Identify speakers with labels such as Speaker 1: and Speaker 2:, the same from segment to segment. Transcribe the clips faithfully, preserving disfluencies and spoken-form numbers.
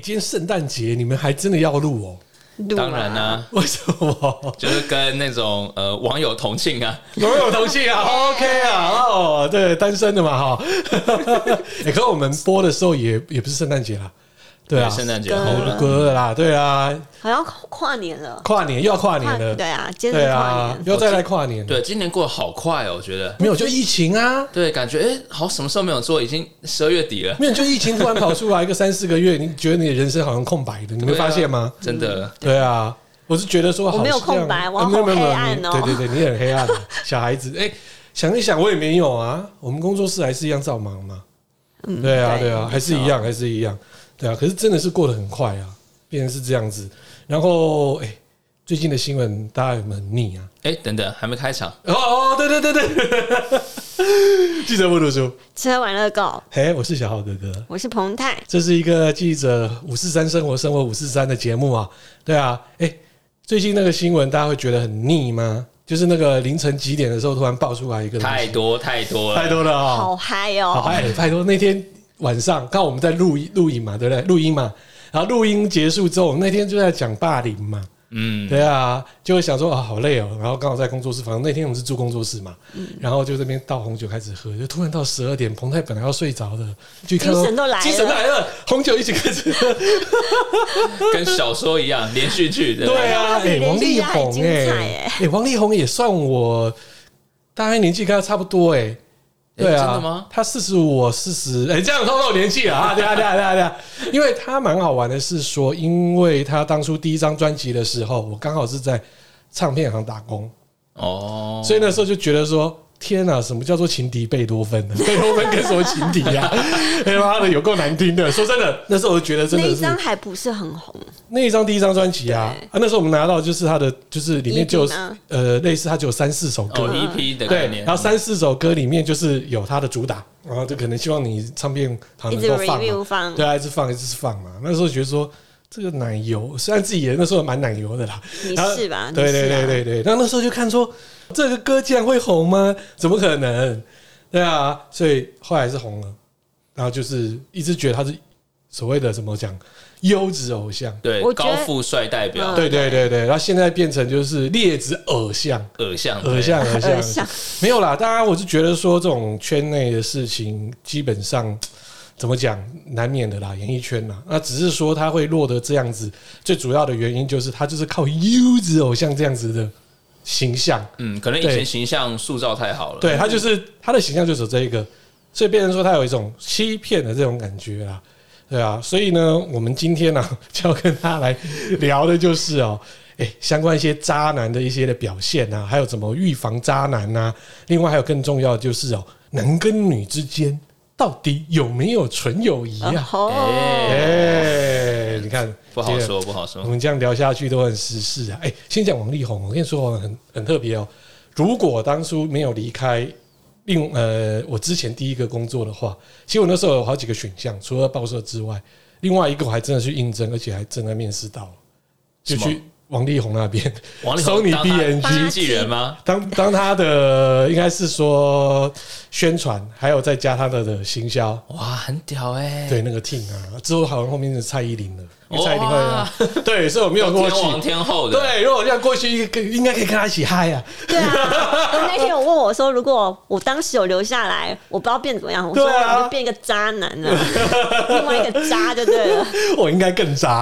Speaker 1: 今天圣诞节，你们还真的要录哦？
Speaker 2: 当然啦、啊，
Speaker 1: 为什么？
Speaker 2: 就是跟那种呃网友同庆啊，
Speaker 1: 网友同庆啊，OK 啊，哦，对，单身的嘛哈。欸、可是我们播的时候也也不是圣诞节啦，对啊，
Speaker 2: 圣诞节后了，
Speaker 1: 隔了啦，对啊，
Speaker 3: 好像跨年了，
Speaker 1: 跨年又要跨年了，
Speaker 3: 对啊，接着跨年，
Speaker 1: 啊，又再来跨年，
Speaker 2: 对，今年过得好快哦，我觉得
Speaker 1: 没有就疫情啊，
Speaker 2: 对，感觉哎、欸，好什么时候没有做，已经十二月底了，
Speaker 1: 没有就疫情突然跑出来一个三四个月，你觉得你的人生好像空白的，你没发现吗？
Speaker 2: 啊、真的，
Speaker 1: 对啊。我是觉得说好像，
Speaker 3: 我没有空白，我好黑暗哦。
Speaker 1: 对对对，你很黑暗，小孩子。哎、欸，想一想，我也没有啊。我们工作室还是一样照忙嘛。嗯，对啊，对啊，还是一样，还是一样。对啊，可是真的是过得很快啊，变成是这样子。然后，哎、欸，最近的新闻大家有没有很腻啊？
Speaker 2: 哎、欸，等等，还没开场。
Speaker 1: 哦哦，对对对对，记者不读书，
Speaker 3: 吃喝玩乐购。
Speaker 1: 嘿，我是小浩哥哥，
Speaker 3: 我是彭泰，
Speaker 1: 这是一个记者五四三生活生活五四三的节目啊。对啊，哎、欸。最近那个新闻，大家会觉得很腻吗？就是那个凌晨几点的时候，突然爆出来一个
Speaker 2: 太多太多了，
Speaker 1: 太多了啊、哦！
Speaker 3: 好嗨哦，
Speaker 1: 好嗨！太多。那天晚上，刚好我们在录录影嘛，对不对？录音嘛，然后录音结束之后，我们那天就在讲霸凌嘛。嗯，对啊，就会想说啊，好累哦。然后刚好在工作室，反正那天我们是住工作室嘛，嗯、然后就这边倒红酒开始喝，就突然到十二点，彭泰本来要睡着的，就看到
Speaker 3: 精神都来了，
Speaker 1: 精神来了，红酒一起开始喝，
Speaker 2: 跟小说一样，连续剧的。
Speaker 1: 对啊，哎、欸，王力宏哎，哎、欸，王力宏也算我大概年纪跟他差不多哎、欸。对啊，
Speaker 2: 真的吗？
Speaker 1: 他四十五，我四十，哎，这样透露年纪了啊！对啊，对啊，对啊，对啊，因为他蛮好玩的是说，因为他当初第一张专辑的时候，我刚好是在唱片行打工哦，所以那时候就觉得说，天哪，什么叫做情敌贝多芬呢？贝多芬跟什么情敌啊？他妈的，有够难听的！说真的，那时候我就觉得真的是
Speaker 3: 那一张还不是很红，
Speaker 1: 那一张第一张专辑啊，啊，那时候我们拿到就是他的，就是里面就有呃类似，他就有三四首歌、
Speaker 2: 哦、E P 的概念，
Speaker 1: 然后三四首歌里面就是有他的主打，然后就可能希望你唱片行能够放，
Speaker 3: 放
Speaker 1: 对啊，一直放一直放嘛。那时候觉得说这个奶油，虽然自己也那时候蛮奶油的啦，
Speaker 3: 你是吧？
Speaker 1: 对对对对对，那那时候就看说这个歌竟然会红吗？怎么可能？对啊，所以后来是红了，然后就是一直觉得他是所谓的怎么讲优质偶像，
Speaker 2: 对，高富帅代表，
Speaker 1: 对对对对，然后现在变成就是劣质偶像，
Speaker 2: 偶像，
Speaker 1: 偶像，偶像，
Speaker 3: 偶像，
Speaker 1: 没有啦。当然，我是觉得说这种圈内的事情，基本上怎么讲难免的啦，演艺圈啦。那只是说他会落得这样子，最主要的原因就是他就是靠优质偶像这样子的形象，
Speaker 2: 嗯，可能以前形象塑造太好了，
Speaker 1: 对他就是他的形象就是这一个，所以变成说他有一种欺骗的这种感觉啦。对啊，所以呢，我们今天呢、啊、就要跟他来聊的就是哦，哎，相关一些渣男的一些的表现啊，还有怎么预防渣男啊，另外还有更重要的就是哦，男跟女之间到底有没有纯友谊啊？
Speaker 3: 哦，
Speaker 1: 哎，你看
Speaker 2: 不好说，不好说，
Speaker 1: 我们这样聊下去都很时事啊。哎，先讲王力宏，我跟你说很很特别哦，如果当初没有离开。另呃，我之前第一个工作的话，其实我那时候有好几个选项，除了报社之外，另外一个我还真的去应征，而且还真的面试到了，就去王力宏那边，
Speaker 2: 王力宏当他经纪人吗？
Speaker 1: 当当他的应该是说宣传，还有再加他的的行销，
Speaker 2: 哇，很屌哎、欸！
Speaker 1: 对那个 team 啊，之后好像后面是蔡依林了。蔡依林会，对，所以我没有过去。
Speaker 2: 天王天后的，
Speaker 1: 对，如果我这样过去，应该可以跟他一起嗨啊。
Speaker 3: 对啊，那天有问我说，如果我当时有留下来，我不知道变怎么样。我说我就变一个渣男了，另外一个渣就对了。
Speaker 1: 我应该更渣。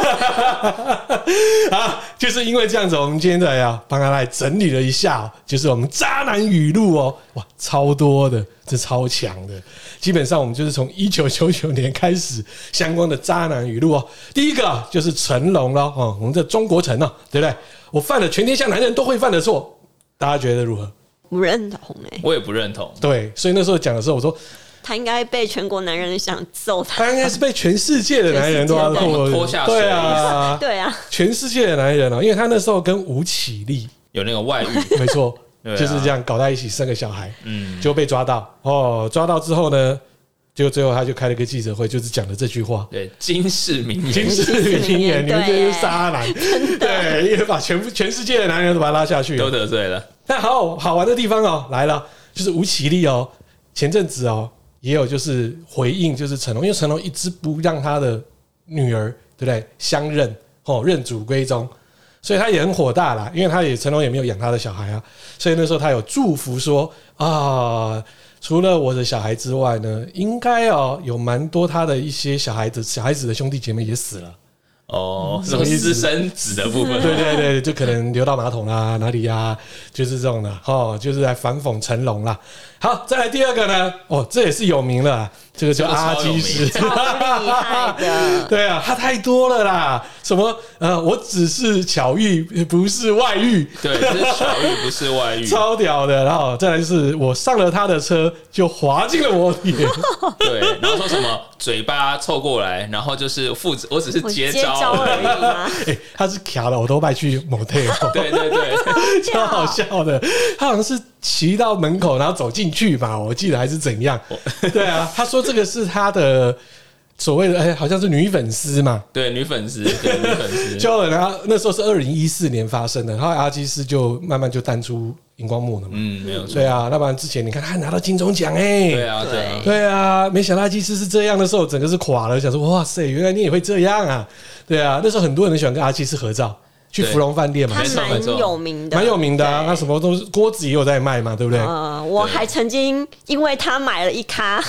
Speaker 1: 啊，就是因为这样子，我们今天来啊，帮他来整理了一下，就是我们渣男语录哦，哇，超多的，这超强的。基本上我们就是从一九九九年开始相关的渣男语录哦。第一个就是成龙了哦，我们的中国成哦，对不对？我犯了全天下男人都会犯的错，大家觉得如何？
Speaker 3: 不认同哎、欸，
Speaker 2: 我也不认同。
Speaker 1: 对，所以那时候讲的时候，我说
Speaker 3: 他应该被全国男人想揍他，
Speaker 1: 他应该是被全世界的男人都要
Speaker 2: 拖下水。
Speaker 1: 对啊，
Speaker 3: 对啊，
Speaker 1: 全世界的男人哦，因为他那时候跟吴启立
Speaker 2: 有那个外遇，
Speaker 1: 没错。
Speaker 2: 啊、
Speaker 1: 就是这样搞在一起生个小孩，嗯，就被抓到哦。抓到之后呢，结果最后他就开了个记者会，就是讲了这句话，
Speaker 2: 对，金氏名言，
Speaker 1: 金氏名言，你们这些渣男，对，因为把全全世界的男人都把他拉下去，
Speaker 2: 都得罪了。
Speaker 1: 但好好玩的地方哦，来了，就是吴启立哦，前阵子哦也有就是回应，就是成龙，因为成龙一直不让他的女儿，对不对？相认哦，认祖归宗，所以他也很火大啦，因为他也成龙也没有养他的小孩啊，所以那时候他有祝福说啊，除了我的小孩之外呢，应该哦有蛮多他的一些小孩子小孩子的兄弟姐妹也死了。
Speaker 2: 哦，什么私生子的部分？
Speaker 1: 对对对，就可能流到马桶啦，哪里呀、啊，就是这种的哦，就是来反讽成龙啦。好，再来第二个呢，哦，这也是有名了啦，这个叫阿基师，
Speaker 3: 超厉害的。
Speaker 1: 对啊，他太多了啦，什么呃，我只是巧遇，不是外遇，
Speaker 2: 对，是巧遇，不是外遇，
Speaker 1: 超屌的。然后再来就是我上了他的车，就滑进了我脸，
Speaker 2: 对，然后说什么嘴巴凑过来，然后就是负责，我只是接招。
Speaker 3: 招而已吗？
Speaker 1: 欸、他是卡了，我都拜去 motel，
Speaker 2: 对对对，
Speaker 1: 超好笑的。他好像是骑到门口，然后走进去吧，我记得还是怎样。对啊，他说这个是他的所谓的，哎、欸，好像是女粉丝嘛。
Speaker 2: 对，女粉丝，对女粉丝。
Speaker 1: 就然后那时候是二零一四年发生的，然后阿基斯就慢慢就淡出荧光幕了嘛。
Speaker 2: 嗯，没有错。
Speaker 1: 对啊，要不然之前你看他拿到金钟奖哎。
Speaker 2: 对啊，对啊，
Speaker 1: 对啊，没想到阿基斯是这样的时候，整个是垮了，想说哇塞，原来你也会这样啊。对啊，那时候很多人喜欢跟阿基斯合照，去芙蓉饭店嘛，
Speaker 3: 他蛮有名的，
Speaker 1: 蛮有名的啊。那什么都是锅子也有在卖嘛，对不对？
Speaker 3: 呃，我还曾经因为他买了一咖，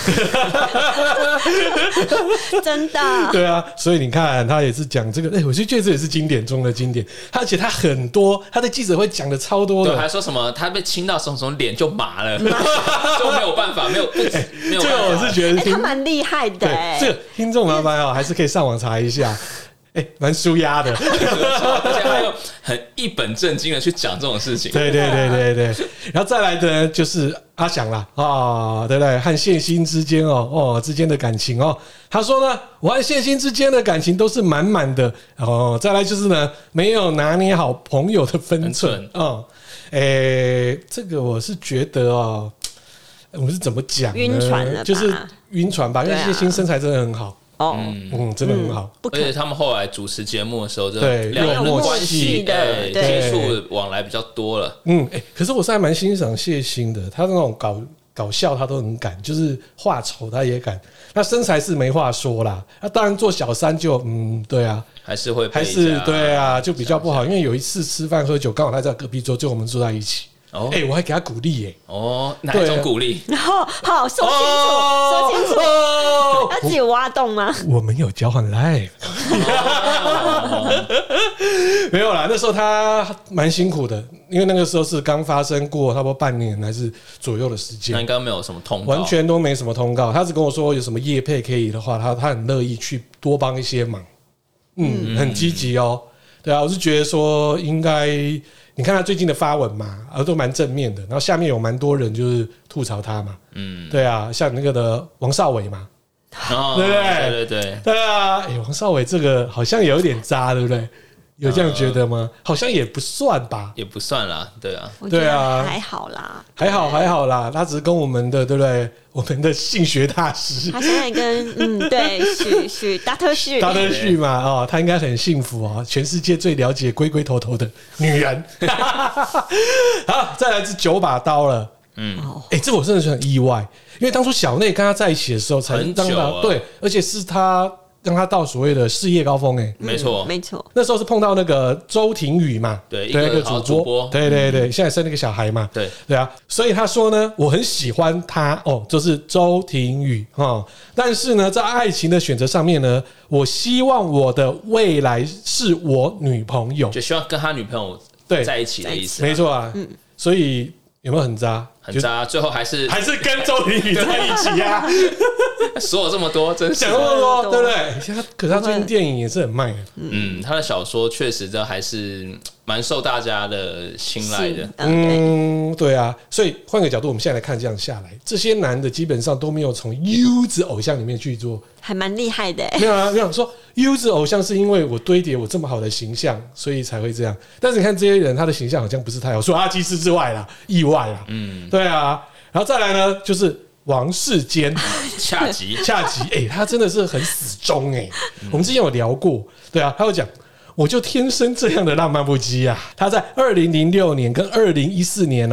Speaker 3: 真的。
Speaker 1: 对啊，所以你看，他也是讲这个，哎、欸，我就觉得这也是经典中的经典。而且他很多，他在记者会讲的超多的，
Speaker 2: 对，还说什么他被亲到什么什么脸就麻了，就没有办法，没有不、欸、没有办法。
Speaker 1: 这个我是觉得、
Speaker 3: 欸，他蛮厉害的、欸。
Speaker 1: 这个听众麻烦哦，还是可以上网查一下。哎，蛮舒压的，
Speaker 2: 而且还有很一本正经的去讲这种事情。
Speaker 1: 对对对对对，然后再来的呢，就是阿翔啦，啊、哦，对不对？和谢欣之间哦哦之间的感情哦，他说呢，我和谢欣之间的感情都是满满的。哦，再来就是呢，没有拿捏好朋友的分寸哦。哎，这个我是觉得哦，我是怎么讲呢？
Speaker 3: 晕船了吧，
Speaker 1: 就是晕船吧，因为谢欣身材真的很好。
Speaker 3: 哦，
Speaker 1: 嗯，真的很好、
Speaker 2: 嗯，而且他们后来主持节目的时候，
Speaker 1: 对，
Speaker 2: 两人的关系
Speaker 3: 的
Speaker 2: 接触往来比较多了。
Speaker 1: 嗯，哎、欸，可是我是还蛮欣赏谢欣的，他那种搞搞笑他都很敢，就是画丑他也敢。那身材是没话说啦，那当然做小三就嗯，对啊，
Speaker 2: 还是会
Speaker 1: 还是对啊，就比较不好。因为有一次吃饭喝酒，刚好他在隔壁桌，就我们坐在一起。哦，哎、欸，我还给他鼓励耶！
Speaker 2: 哦，哪一种鼓励？
Speaker 3: 然后好说清楚，说清楚，哦、要自己挖洞吗？
Speaker 1: 我们有交换 live，、哦、没有啦。那时候他蛮辛苦的，因为那个时候是刚发生过差不多半年还是左右的时间，
Speaker 2: 那应该没有什么通告，
Speaker 1: 完全都没什么通告。他只跟我说有什么业配可以的话，他他很乐意去多帮一些忙，嗯，嗯很积极哦。对啊，我是觉得说应该。你看他最近的发文嘛，啊，都蛮正面的，然后下面有蛮多人就是吐槽他嘛，嗯，对啊，像那个的王少伟嘛，
Speaker 2: 哦、
Speaker 1: 对不对？
Speaker 2: 对对对，
Speaker 1: 对啊，哎、欸，王少伟这个好像有一点渣，对不对？有这样觉得吗？好像也不算吧，
Speaker 2: 也不算啦，对啊，
Speaker 1: 对啊，
Speaker 3: 还好啦，
Speaker 1: 还好还好啦，他只是跟我们的对不对？我们的性学大师，
Speaker 3: 他现在跟嗯对许许达特许
Speaker 1: 达特许嘛，哦，他应该很幸福哦，全世界最了解龟龟头头的女人。好，再来是九把刀了。嗯，哎、欸，这我真的是很意外，因为当初小内跟他在一起的时候，才让他
Speaker 2: 很久啊
Speaker 1: 对，而且是他让他到所谓的事业高峰、欸，哎，
Speaker 2: 没错，
Speaker 3: 没错。
Speaker 1: 那时候是碰到那个周庭宇嘛，
Speaker 2: 对，
Speaker 1: 一个主播，
Speaker 2: 主播
Speaker 1: 对对对，嗯、现在生那个小孩嘛，
Speaker 2: 对
Speaker 1: 对啊，所以他说呢，我很喜欢他哦，就是周庭宇哦，但是呢，在爱情的选择上面呢，我希望我的未来是我女朋友，
Speaker 2: 就希望跟他女朋友对在一起的意思、啊，
Speaker 1: 没错啊，嗯，所以有没有很渣？
Speaker 2: 很渣，最后还是
Speaker 1: 还是跟周庭宇在一起啊！
Speaker 2: 说了这么多，真是
Speaker 1: 讲那么多，对不对？可是他最近电影也是很卖的，
Speaker 2: 嗯，他的小说确实这还是蛮受大家的青睐的，
Speaker 1: 嗯，对啊。所以换个角度，我们现在来看，这样下来，这些男的基本上都没有从优质偶像里面去做，
Speaker 3: 还蛮厉害的。
Speaker 1: 没有啊，没有说优质偶像是因为我堆叠我这么好的形象，所以才会这样。但是你看这些人，他的形象好像不是太好，除了阿基斯之外啦，意外啦，嗯。对啊，然后再来呢，就是王世坚，
Speaker 2: 恰吉，
Speaker 1: 恰吉，哎、欸，他真的是很死忠哎、欸。嗯、我们之前有聊过，对啊，他有讲，我就天生这样的浪漫不羁啊。他在二零零六年跟二零一四年哦，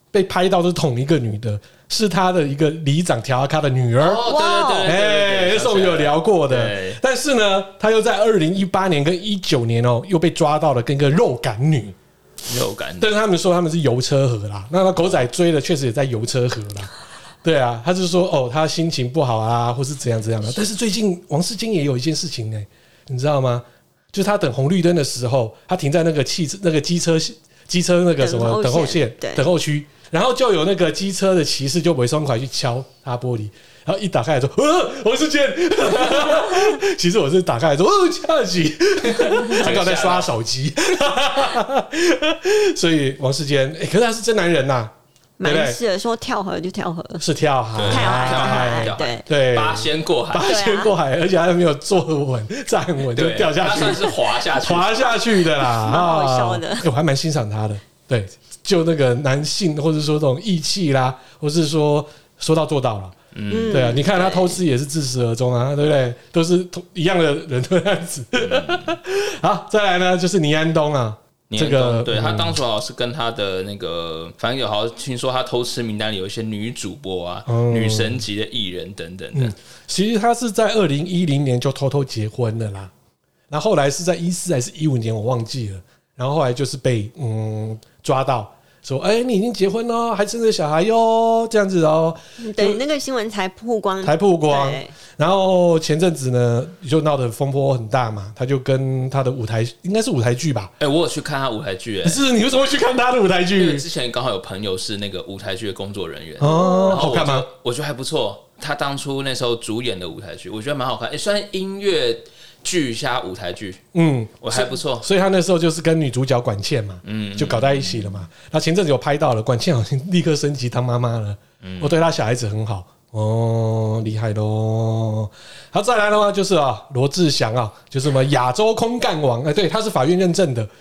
Speaker 1: 被拍到都是同一个女的，是他的一个里长条阿卡的女儿。
Speaker 2: 哦，对对对对，
Speaker 1: 那是我们有聊过的。但是呢，他又在二零一八年跟一九年哦，又被抓到了跟一个肉感女。
Speaker 2: 肉感女，
Speaker 1: 但是他们说他们是油车河啦，那狗仔追的确实也在油车河啦。对啊，他是说哦，他心情不好啊，或是怎样怎样的。但是最近王世坚也有一件事情呢、欸，你知道吗？就是他等红绿灯的时候，他停在那个汽车、那个机车、机车那个什么等候线、等候区，然后就有那个机车的骑士就尾松快去敲他玻璃，然后一打开来说：“呃，王世坚。”其实我是打开来说：“哦，恰吉。”他刚在刷手机，所以王世坚，哎、欸，可是他是真男人呐、啊。
Speaker 3: 蛮适合说跳河就跳河，
Speaker 1: 是跳海，
Speaker 3: 跳海，
Speaker 2: 跳海，
Speaker 3: 对
Speaker 1: 对，
Speaker 2: 八仙过海，
Speaker 1: 八仙过海，而且还没有坐稳站稳就掉下去，
Speaker 2: 他算是滑下去，
Speaker 1: 滑下去的啦，
Speaker 3: 蛮好笑的。
Speaker 1: 我还蛮欣赏他的，对，就那个男性或者说这种义气啦，或是说说到做到了。嗯，对啊，你看他偷吃也是自始而终啊，对不对？都是一样的人这样子。好，再来呢，就是倪安东啊。这个
Speaker 2: 对、嗯、他当初好像是跟他的那个，反正有好像听说他偷吃名单里有一些女主播啊、嗯、女神级的艺人等等的、嗯。
Speaker 1: 其实他是在二零一零年就偷偷结婚了啦，然后后来是在一四还是一五年我忘记了，然后后来就是被嗯抓到。说，哎、欸，你已经结婚了，还生着小孩哟，这样子哦。
Speaker 3: 对，那个新闻才曝光，
Speaker 1: 才曝光。然后前阵子呢，就闹得风波很大嘛，他就跟他的舞台，应该是舞台剧吧？
Speaker 2: 哎、欸，我有去看他舞台剧、欸，
Speaker 1: 是你为什么会去看他的舞台剧？
Speaker 2: 因为之前刚好有朋友是那个舞台剧的工作人员，
Speaker 1: 哦，好看吗？
Speaker 2: 我觉得还不错。他当初那时候主演的舞台剧，我觉得蛮好看。哎、欸，虽然音乐剧加舞台剧，嗯，我还不错，
Speaker 1: 所以他那时候就是跟女主角管茜嘛，嗯，就搞在一起了嘛。然后前阵子有拍到了，管茜好像立刻升级当妈妈了，嗯，我对他小孩子很好，哦，厉害咯。好，再来的话就是啊，罗志祥啊，就是什么亚洲空干王，哎，对，他是法院认证的，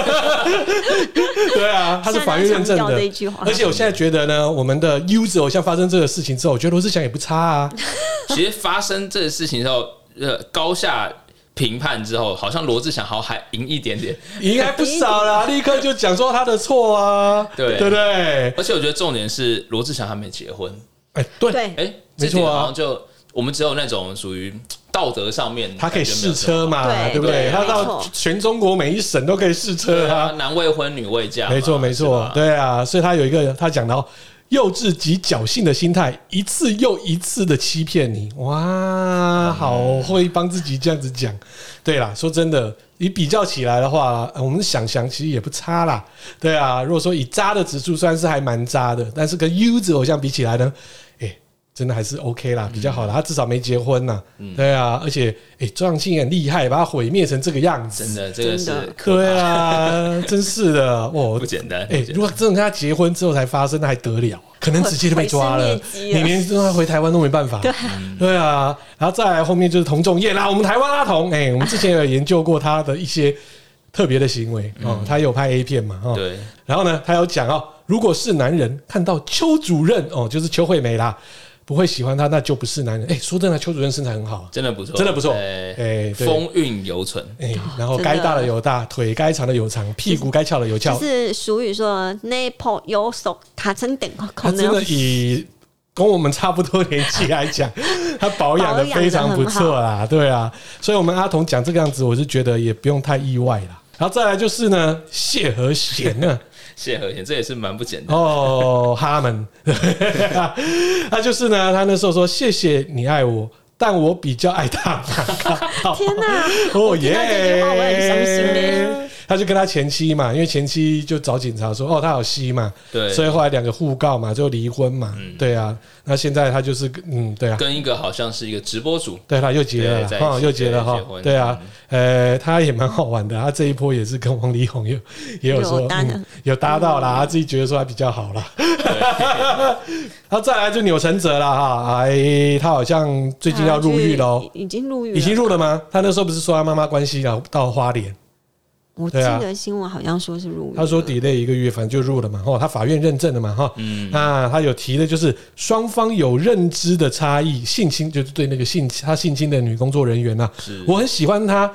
Speaker 1: 对啊，他是法院认证的。而且我现在觉得呢，我们的 U 子偶像发生这个事情之后，我觉得罗志祥也不差啊。
Speaker 2: 其实发生这个事情之后，呃，高下评判之后，好像罗志祥好还赢一点点，
Speaker 1: 赢还不少啦，立刻就讲说他的错啊，对对不对？
Speaker 2: 而且我觉得重点是罗志祥还没结婚，
Speaker 1: 哎、欸，对，
Speaker 3: 对，
Speaker 2: 哎、欸，没错啊，好像就我们只有那种属于道德上面，
Speaker 1: 他可以试车嘛，对, 对不对？他到全中国每一省都可以试车啊，
Speaker 2: 男未婚女未嫁，
Speaker 1: 没错没错，对啊，所以他有一个他讲到。幼稚及侥幸的心态，一次又一次的欺骗你，哇，好会帮自己这样子讲。对啦，说真的，你比较起来的话，我们想想其实也不差啦。对啊，如果说以渣的指数，虽然是还蛮渣的，但是跟 U 子偶像比起来呢，欸真的还是 OK 啦，比较好啦。他至少没结婚呐，嗯、对啊，而且哎，周扬青很厉害，把他毁灭成这个样子，
Speaker 2: 真的，这个是
Speaker 1: 对啊，真是的，哦，
Speaker 2: 不简单。
Speaker 1: 哎，如果真的跟他结婚之后才发生，那还得了？可能直接就被抓了，你连让他回台湾都没办法。对，对啊，然后再来后面就是童仲彦啦，我们台湾阿童，哎，我们之前有研究过他的一些特别的行为哦，他有拍 A 片嘛，哦，
Speaker 2: 对，
Speaker 1: 然后呢，他有讲哦，如果是男人看到邱主任哦，就是邱惠美啦。不会喜欢他，那就不是男人。哎、欸，说真的，邱主任身材很好，
Speaker 2: 真的不错，
Speaker 1: 真的不错。哎、欸，
Speaker 2: 风韵犹存。哎、
Speaker 1: 欸，然后该大的有大，腿该长的有长，屁股该翘的有翘。
Speaker 3: 就是俗语说 ，nipple 有手卡成点，
Speaker 1: 他真的以跟我们差不多年纪来讲，他保养的非常不错啦。对啊，所以我们阿童讲这个样子，我是觉得也不用太意外啦。然后再来就是呢，谢和弦呢。
Speaker 2: 谢和弦，这也是蛮不简单
Speaker 1: 哦。哈们，他就是呢，他那时候说：“谢谢你爱我，但我比较爱他。”
Speaker 3: 天哪！
Speaker 1: 哦耶！
Speaker 3: 这句话我很伤心耶。
Speaker 1: 他就跟他前妻嘛，因为前妻就找警察说：“哦，他有吸嘛。”对，所以后来两个互告嘛，就离婚嘛。嗯、对啊，那现在他就是嗯，对啊，
Speaker 2: 跟一个好像是一个直播主，
Speaker 1: 对，他又结了，哦，又结了哈。对啊，呃，他也蛮好玩的，他这一波也是跟王力宏有也有说有 搭,、嗯、有搭到啦，他自己觉得说他比较好啦。然后再来就钮承泽啦哈，哎，他好像最近要入狱喽，
Speaker 3: 已经入狱，
Speaker 1: 已经入了吗？他那时候不是说他妈妈关系啊，到花莲。
Speaker 3: 我记得新闻好像说是入狱，
Speaker 1: 他说 delay 一个月，反正就入了嘛。他法院认证的嘛，哈。嗯，那他有提的就是双方有认知的差异，性侵就是对那个性他性侵的女工作人员呐、啊，我很喜欢他，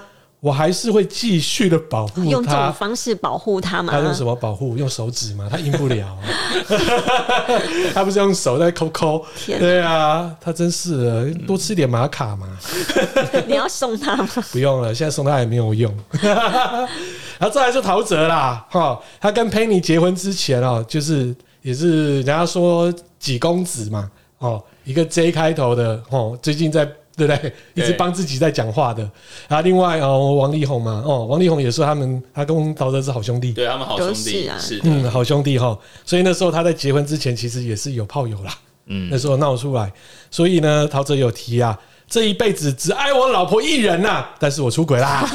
Speaker 1: 我还是会继续的保护他。
Speaker 3: 用这种方式保护他嘛？
Speaker 1: 他用什么保护？用手指吗？他硬不了、啊，他不是用手在抠抠。对啊，他真是的，多吃点玛卡嘛。
Speaker 3: 你要送他吗？
Speaker 1: 不用了，现在送他也没有用。然后再来就陶喆啦，哈，他跟佩妮结婚之前哦，就是也是人家说几公子嘛，哦，一个 J 开头的，哦，最近在。对不对？一直帮自己在讲话的。然后另外哦，王力宏嘛，哦，王力宏也说他们，他跟陶喆是好兄弟，
Speaker 2: 对他们好兄弟，啊、是的
Speaker 1: 嗯，好兄弟哈。所以那时候他在结婚之前，其实也是有炮友啦，嗯，那时候闹出来。所以呢，陶喆有提啊，这一辈子只爱我老婆一人呐、啊，但是我出轨啦。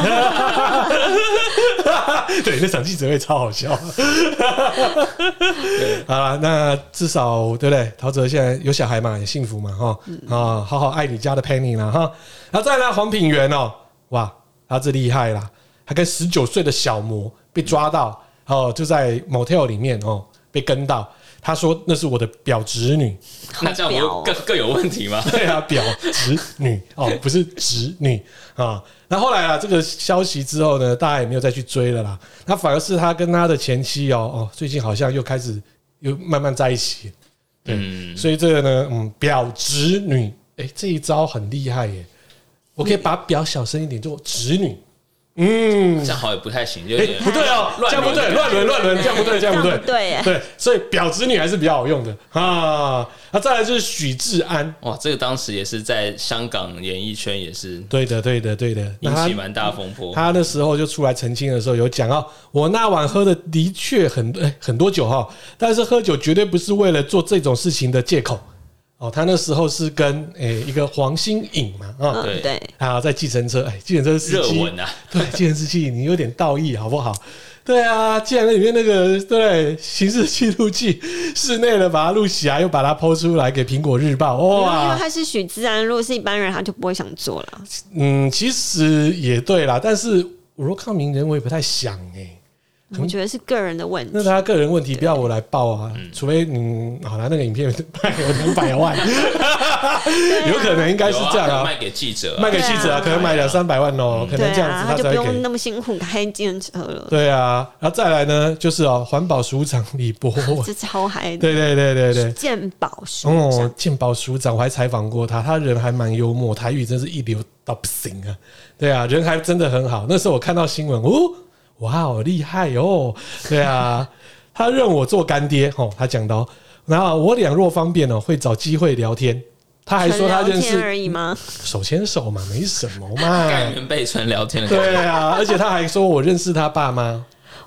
Speaker 1: 对，那场记者会超好笑。好了，那至少对不对？陶喆现在有小孩嘛，也幸福嘛，哈、嗯、啊，好好爱你家的 Penny 啦，哈。然后再来黄品源哦，哇，他这厉害啦，他跟十九岁的小魔被抓到哦，就在 motel 里面哦，被跟到。他说那是我的表侄女，
Speaker 2: 那这样不更更有问题吗？
Speaker 1: 对啊，表侄女哦，不是侄女啊。那后来啊，这个消息之后呢，大家也没有再去追了啦。那反而是他跟他的前妻哦哦，最近好像又开始又慢慢在一起。对，嗯、所以这个呢，嗯，表侄女，哎、欸，这一招很厉害耶。我可以把表小声一点，做侄女。嗯，
Speaker 2: 这样好也不太行，有点、
Speaker 1: 欸、不对哦，这样不对，乱伦乱伦，这样不对，这样不对，
Speaker 3: 对
Speaker 1: 对，所以表侄女还是比较好用的啊。那再来就是许志安，
Speaker 2: 哇，这个当时也是在香港演艺圈也是
Speaker 1: 对的，对的，对的，
Speaker 2: 引起蛮大风波。
Speaker 1: 他那时候就出来澄清的时候有讲哦，我那晚喝的的确很、欸、很多酒哈，但是喝酒绝对不是为了做这种事情的借口。哦，他那时候是跟诶、欸、一个黄心颖嘛，啊、
Speaker 3: 哦，对对，
Speaker 1: 啊，在计程车，哎、欸，计程车司机，
Speaker 2: 热吻啊，
Speaker 1: 对，计程司机，你有点道义好不好？对啊，既然那里面那个对刑事记录器室内的把它录起来，又把它抛出来给苹果日报，哇！
Speaker 3: 因为他是许志安，如果是一般人，他就不会想做了。
Speaker 1: 嗯，其实也对啦，但是我若看名人，我也不太想哎、欸。
Speaker 3: 我觉得是个人的问题，
Speaker 1: 那他个人问题不要我来报啊，除非你好啦，那个影片卖有两百万，有可能应该是这样啊，
Speaker 2: 卖给记者、啊，
Speaker 1: 卖给记者啊，可能买两三百万哦、喔，可能这样子他才会给，
Speaker 3: 他就不用那么辛苦开计程车了。
Speaker 1: 对啊，然后再来呢，就是哦，环保署长李博文，
Speaker 3: 这超嗨的，
Speaker 1: 对对对对对，
Speaker 3: 健保署长，
Speaker 1: 哦，健保署长，我还采访过他，他人还蛮幽默，台语真是一流到不行啊，对啊，人还真的很好。那时候我看到新闻，哦。哇，好厉害哦！对啊，他认我做干爹哦，他讲到，然后我两若方便哦，会找机会聊天。他还说他认识
Speaker 3: 而已吗？
Speaker 1: 手牵手嘛，没什么嘛，
Speaker 2: 感人被纯聊天的。
Speaker 1: 对啊，而且他还说我认识他爸妈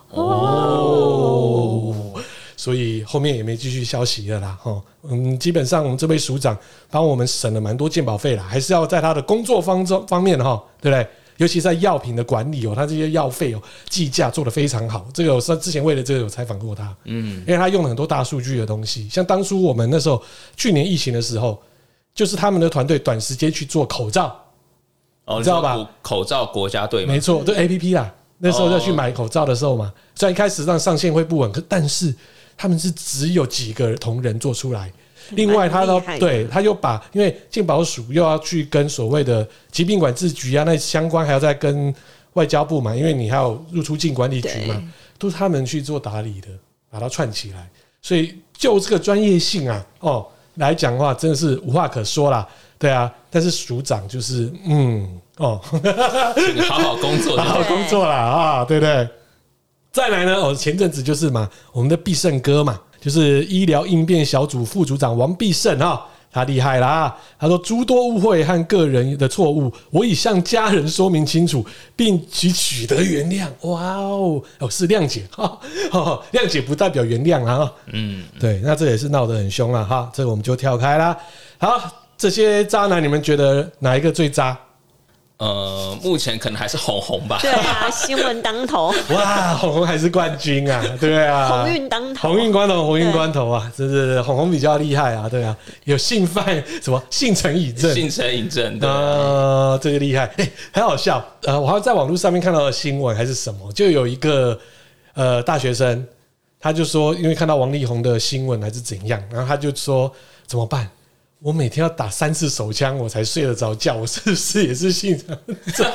Speaker 1: 哦，所以后面也没继续消息了啦。哦，嗯，基本上我们这位署长帮我们省了蛮多健保费啦，还是要在他的工作方中方面哈，对不对？尤其在药品的管理哦，他这些药费哦计价做得非常好。这个我之前为了这个有采访过他，嗯，因为他用了很多大数据的东西，像当初我们那时候去年疫情的时候，就是他们的团队短时间去做口罩，
Speaker 2: 哦，
Speaker 1: 你知道吧？
Speaker 2: 口罩国家队，
Speaker 1: 没错，对 A P P 啦。那时候要去买口罩的时候嘛，虽然一开始让上线会不稳，可但是他们是只有几个同仁做出来。另外他都对他又把，因为健保署又要去跟所谓的疾病管制局啊那相关，还要再跟外交部嘛，因为你还有入出境管理局嘛，都是他们去做打理的，把它串起来。所以就这个专业性啊，哦来讲的话，真的是无话可说啦。对啊，但是署长就是嗯哦，
Speaker 2: 好好工作，
Speaker 1: 好好工作啦啊，对不对？再来呢，哦前阵子就是嘛，我们的必胜哥嘛。就是医疗应变小组副组长王必胜啊，他厉害啦！他说诸多误会和个人的错误，我已向家人说明清楚，并取取得原谅。哇哦，哦是谅解哈，哦谅解不代表原谅啊。嗯，对，那这也是闹得很凶了哈，这个我们就跳开啦。好，这些渣男，你们觉得哪一个最渣？
Speaker 2: 呃，目前可能还是红红吧。
Speaker 3: 对啊，新闻当头。
Speaker 1: 哇，红红还是冠军啊，对啊，
Speaker 3: 鸿运当头，
Speaker 1: 鸿运关头，鸿运关头啊，真是红红比较厉害啊，对啊，有性犯什么性成瘾症，
Speaker 2: 性成瘾症，对
Speaker 1: 啊，这个厉害，哎、欸，很好笑。呃，我好像在网络上面看到的新闻还是什么，就有一个呃大学生，他就说，因为看到王力宏的新闻还是怎样，然后他就说怎么办？ 我每天要打三次手枪我才睡得着觉，我是不是也是性成症？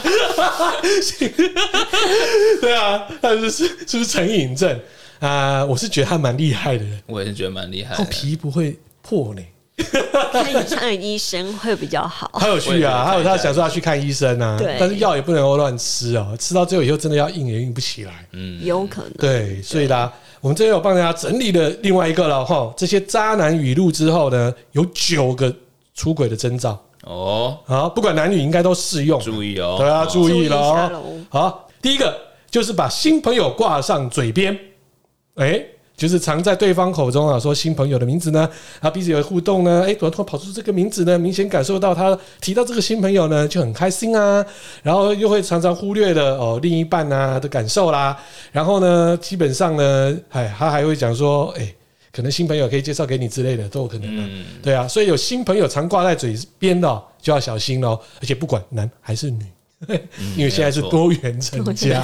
Speaker 1: 对啊，他是是不是成瘾症啊、呃？我是觉得他蛮厉害的人，
Speaker 2: 我也是觉得蛮厉害的，
Speaker 1: 皮不会破呢。
Speaker 3: 看看医生会比较好，
Speaker 1: 他有去啊，他有他想说要去看医生啊，
Speaker 3: 对，
Speaker 1: 但是药也不能够乱吃哦，吃到最后以后真的要硬也硬不起来，
Speaker 3: 嗯，有可能。
Speaker 1: 对，所以啦，我们这边有帮大家整理了另外一个了哈，这些渣男语录之后呢，有九个出轨的征兆哦，好，不管男女应该都适用，
Speaker 2: 注意哦，
Speaker 1: 对啊，注意喽。好，第一个就是把新朋友挂上嘴边，哎、欸。就是常在对方口中啊说新朋友的名字呢，啊彼此有互动呢，哎、欸，突然突然跑出这个名字呢，明显感受到他提到这个新朋友呢就很开心啊，然后又会常常忽略了哦另一半啊的感受啦，然后呢基本上呢，哎他还会讲说，哎、欸，可能新朋友可以介绍给你之类的都有可能的、啊，嗯、对啊，所以有新朋友常挂在嘴边的、哦、就要小心咯，而且不管男还是女。因为现在是多元成家，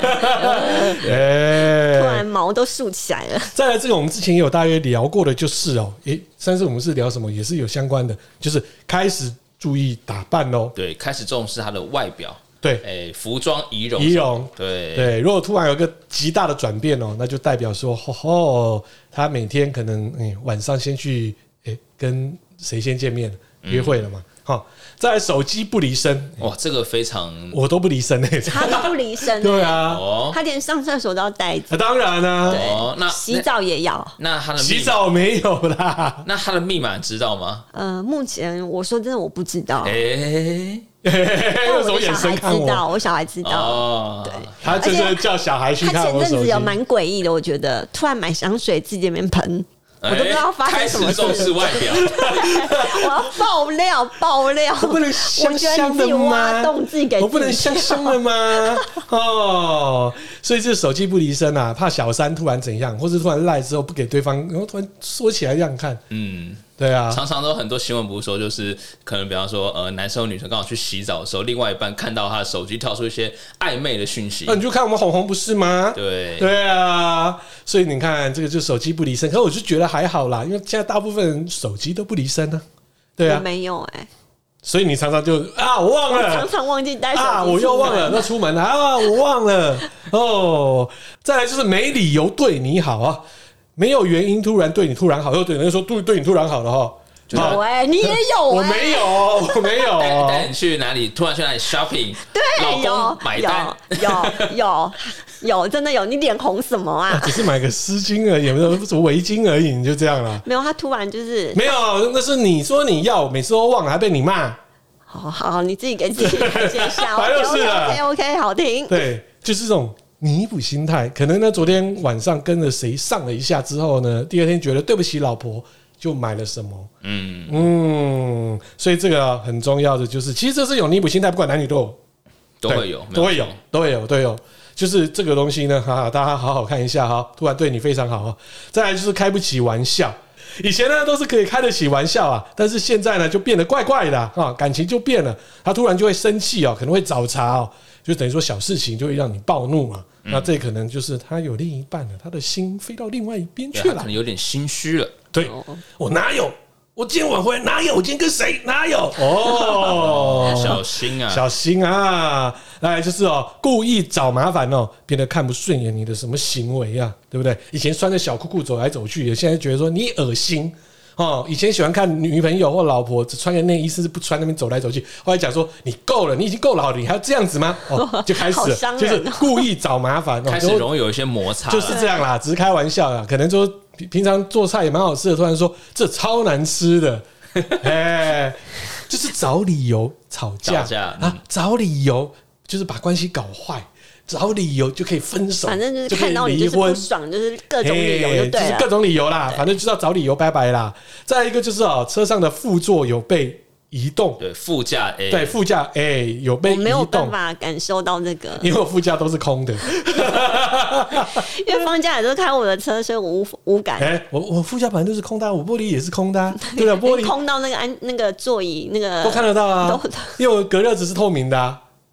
Speaker 3: 欸、突然毛都竖起来了。
Speaker 1: 再来，这个我们之前也有大约聊过的，就是哦，诶、欸，上次我们是聊什么，也是有相关的，就是开始注意打扮喽，
Speaker 2: 对，开始重视他的外表，
Speaker 1: 对，
Speaker 2: 哎、欸，服装仪容，
Speaker 1: 仪容，
Speaker 2: 对
Speaker 1: 对。如果突然有个极大的转变哦，那就代表说，哦，哦他每天可能嗯、欸、晚上先去诶、欸、跟谁先见面约会了嘛。嗯好，再来手机不离身，
Speaker 2: 哇，这个非常，
Speaker 1: 我都不离身哎，
Speaker 3: 他都不离身，
Speaker 1: 对啊，
Speaker 3: 他连上厕所都要带着，
Speaker 1: 啊、当然啊，
Speaker 3: 对，
Speaker 2: 哦、那
Speaker 3: 洗澡也要，
Speaker 2: 那他的
Speaker 1: 洗澡没有啦，
Speaker 2: 那他的密码知道吗？
Speaker 3: 呃，目前我说真的我不知道，哎、
Speaker 2: 欸，
Speaker 3: 但我的小孩知道，我小孩知道，
Speaker 2: 哦、
Speaker 3: 对，
Speaker 1: 他就是叫小孩去看我手机。
Speaker 3: 他前阵子有蛮诡异的，我觉得突然买香水自己在那边喷。我都不知道发生什么事。
Speaker 2: 开始重视外表，
Speaker 3: 我要爆料爆料。
Speaker 1: 我不能香香的吗？
Speaker 3: 挖洞自己给自己，
Speaker 1: 我不能香香的吗？哦，所以这手机不离身啊，怕小三突然怎样，或是突然赖之后不给对方，然后突然说起来这样看，嗯。对啊，
Speaker 2: 常常都很多新闻不是说，就是可能比方说，呃，男生或女生刚好去洗澡的时候，另外一半看到他的手机跳出一些暧昧的讯息，
Speaker 1: 那、啊、你就看我们红红不是吗？
Speaker 2: 对
Speaker 1: 对啊，所以你看这个就是手机不离身，可是我就觉得还好啦，因为现在大部分人手机都不离身呢、啊。对啊，
Speaker 3: 我没有哎、欸，
Speaker 1: 所以你常常就啊，我忘了，
Speaker 3: 我常常忘记带手机
Speaker 1: 啊，我又忘了，那出门了啊，我忘了哦。再来就是没理由对你好啊。没有原因突然对你突然好，又对人家说对对你突然好了哈。
Speaker 3: 有哎、欸，你也有、欸，
Speaker 1: 我没有，我没有。
Speaker 2: 带带你去哪里？突然去哪里 shopping？
Speaker 3: 对，
Speaker 2: 老公买单，
Speaker 3: 有有有有，真的有。你脸红什么啊？
Speaker 1: 只是买个丝巾而已，没有什么围巾而已，你就这样了。
Speaker 3: 没有，他突然就是
Speaker 1: 没有，那是你说你要，每次都忘了，还被你骂。
Speaker 3: 好好，你自己给自己台阶下。
Speaker 1: 反正就是了
Speaker 3: OK OK， 好听。
Speaker 1: 对，就是这种。弥补心态，可能呢，昨天晚上跟着谁上了一下之后呢，第二天觉得对不起老婆，就买了什么，嗯嗯，所以这个很重要的就是，其实这是有弥补心态，不管男女都有，
Speaker 2: 都会有，
Speaker 1: 都会有，都会有，都会有。就是这个东西呢，哈哈，大家好好看一下哈，突然对你非常好。再来就是开不起玩笑，以前呢都是可以开得起玩笑啊，但是现在呢就变得怪怪的啊，感情就变了，他突然就会生气哦，可能会找茬哦，就等于说小事情就会让你暴怒嘛。嗯、那这可能就是他有另一半了，他的心飞到另外一边去了，
Speaker 2: 可能有点心虚了。
Speaker 1: 对，我哪有？我今天晚回来哪有？我今天跟谁？哪有？哦，
Speaker 2: 小心啊，
Speaker 1: 小心啊！来就是哦，故意找麻烦哦，别人看不顺眼你的什么行为啊，对不对？以前穿着小裤裤走来走去，现在觉得说你恶心。哦，以前喜欢看女朋友或老婆只穿个内衣，甚至不穿那边走来走去。后来讲说你够了，你已经够老了，你还要这样子吗？哦，就开始了，
Speaker 3: 哦、
Speaker 1: 就是故意找麻烦，
Speaker 2: 开始容易有一些摩擦，
Speaker 1: 就是这样啦，只是开玩笑啦。可能说平常做菜也蛮好吃的，突然说这超难吃的，哎，就是找理由吵架，
Speaker 2: 吵架、
Speaker 1: 嗯、啊，找理由就是把关系搞坏。找理由就可以分手，
Speaker 3: 反正就是看到你就是不爽，就是各种理由就对了，
Speaker 1: 就是各种理由啦，反正就是要找理由拜拜啦。再一个就是哦，车上的副座有被移动，
Speaker 2: 对副驾 A，
Speaker 1: 对副驾 A 有被移动，
Speaker 3: 我没有办法感受到这个，
Speaker 1: 因为我副驾都是空的，
Speaker 3: 因为方家也都开我的车，所以我无无感。
Speaker 1: 哎、欸，我我副驾本来就是空的、啊，我玻璃也是空的、啊，对吧？玻璃
Speaker 3: 空到那个安那个座椅那个
Speaker 1: 都看得到啊，因为我隔热纸是透明的啊。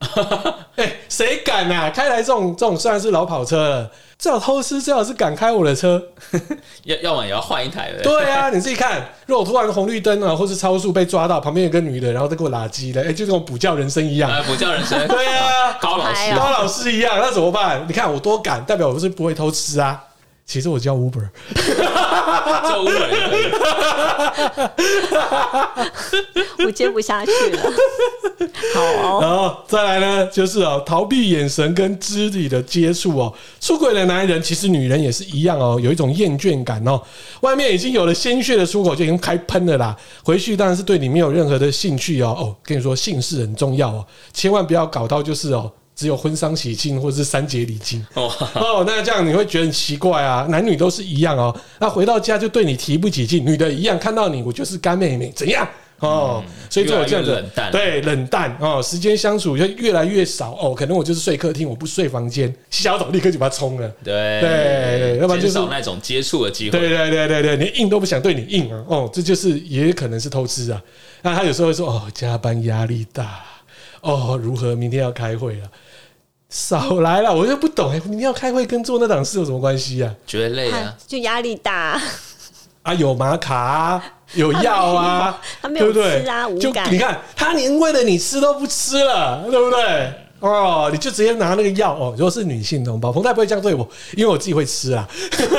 Speaker 1: 哎，谁敢啊？开台这种这种虽然是老跑车了，最好偷吃，最好是敢开我的车。
Speaker 2: 要要么也要换一台了。
Speaker 1: 对啊，你自己看，如果突然红绿灯啊，或是超速被抓到，旁边有个女的，然后再给我拉鸡了，哎，就跟我补教人生一样。
Speaker 2: 补教人生。
Speaker 1: 对啊，
Speaker 2: 高老师，
Speaker 1: 高老师一样，那怎么办？你看我多敢，代表我是不会偷吃啊。其实我叫 Uber，
Speaker 2: 叫 Uber，
Speaker 3: 我接不下去了。好哦，
Speaker 1: 然后再来呢，就是哦，逃避眼神跟肢体的接触哦。出轨的男人其实女人也是一样哦，有一种厌倦感哦。外面已经有了鲜血的出口，就已经开喷了啦。回去当然是对你没有任何的兴趣哦。哦，跟你说性事很重要哦，千万不要搞到就是哦。只有婚丧喜庆或者是三节礼金哦，哦，那这样你会觉得很奇怪啊。男女都是一样哦，那回到家就对你提不起劲，女的一样看到你，我就是干妹妹，怎样哦？嗯、所以就有这样子，
Speaker 2: 冷淡，
Speaker 1: 对，冷淡哦，时间相处就越来越少哦。可能我就是睡客厅，我不睡房间，洗澡立刻就把它冲了，
Speaker 2: 对
Speaker 1: 对，要不然就是
Speaker 2: 减少那种接触的机会，
Speaker 1: 对对对对对，连硬都不想对你硬啊，哦，这就是也可能是偷吃啊。那他有时候会说哦，加班压力大，哦，如何明天要开会了。少来了，我就不懂哎，明天要开会跟做那档事有什么关系啊？
Speaker 2: 觉得累啊，
Speaker 3: 就压力大
Speaker 1: 啊，有玛卡啊，有药啊，
Speaker 3: 他没有吃啊，
Speaker 1: 对不对？就你看，他连为了你吃都不吃了，对不对？哦，你就直接拿那个药哦。如果是女性同胞，彭太不会这样对我，因为我自己会吃啊。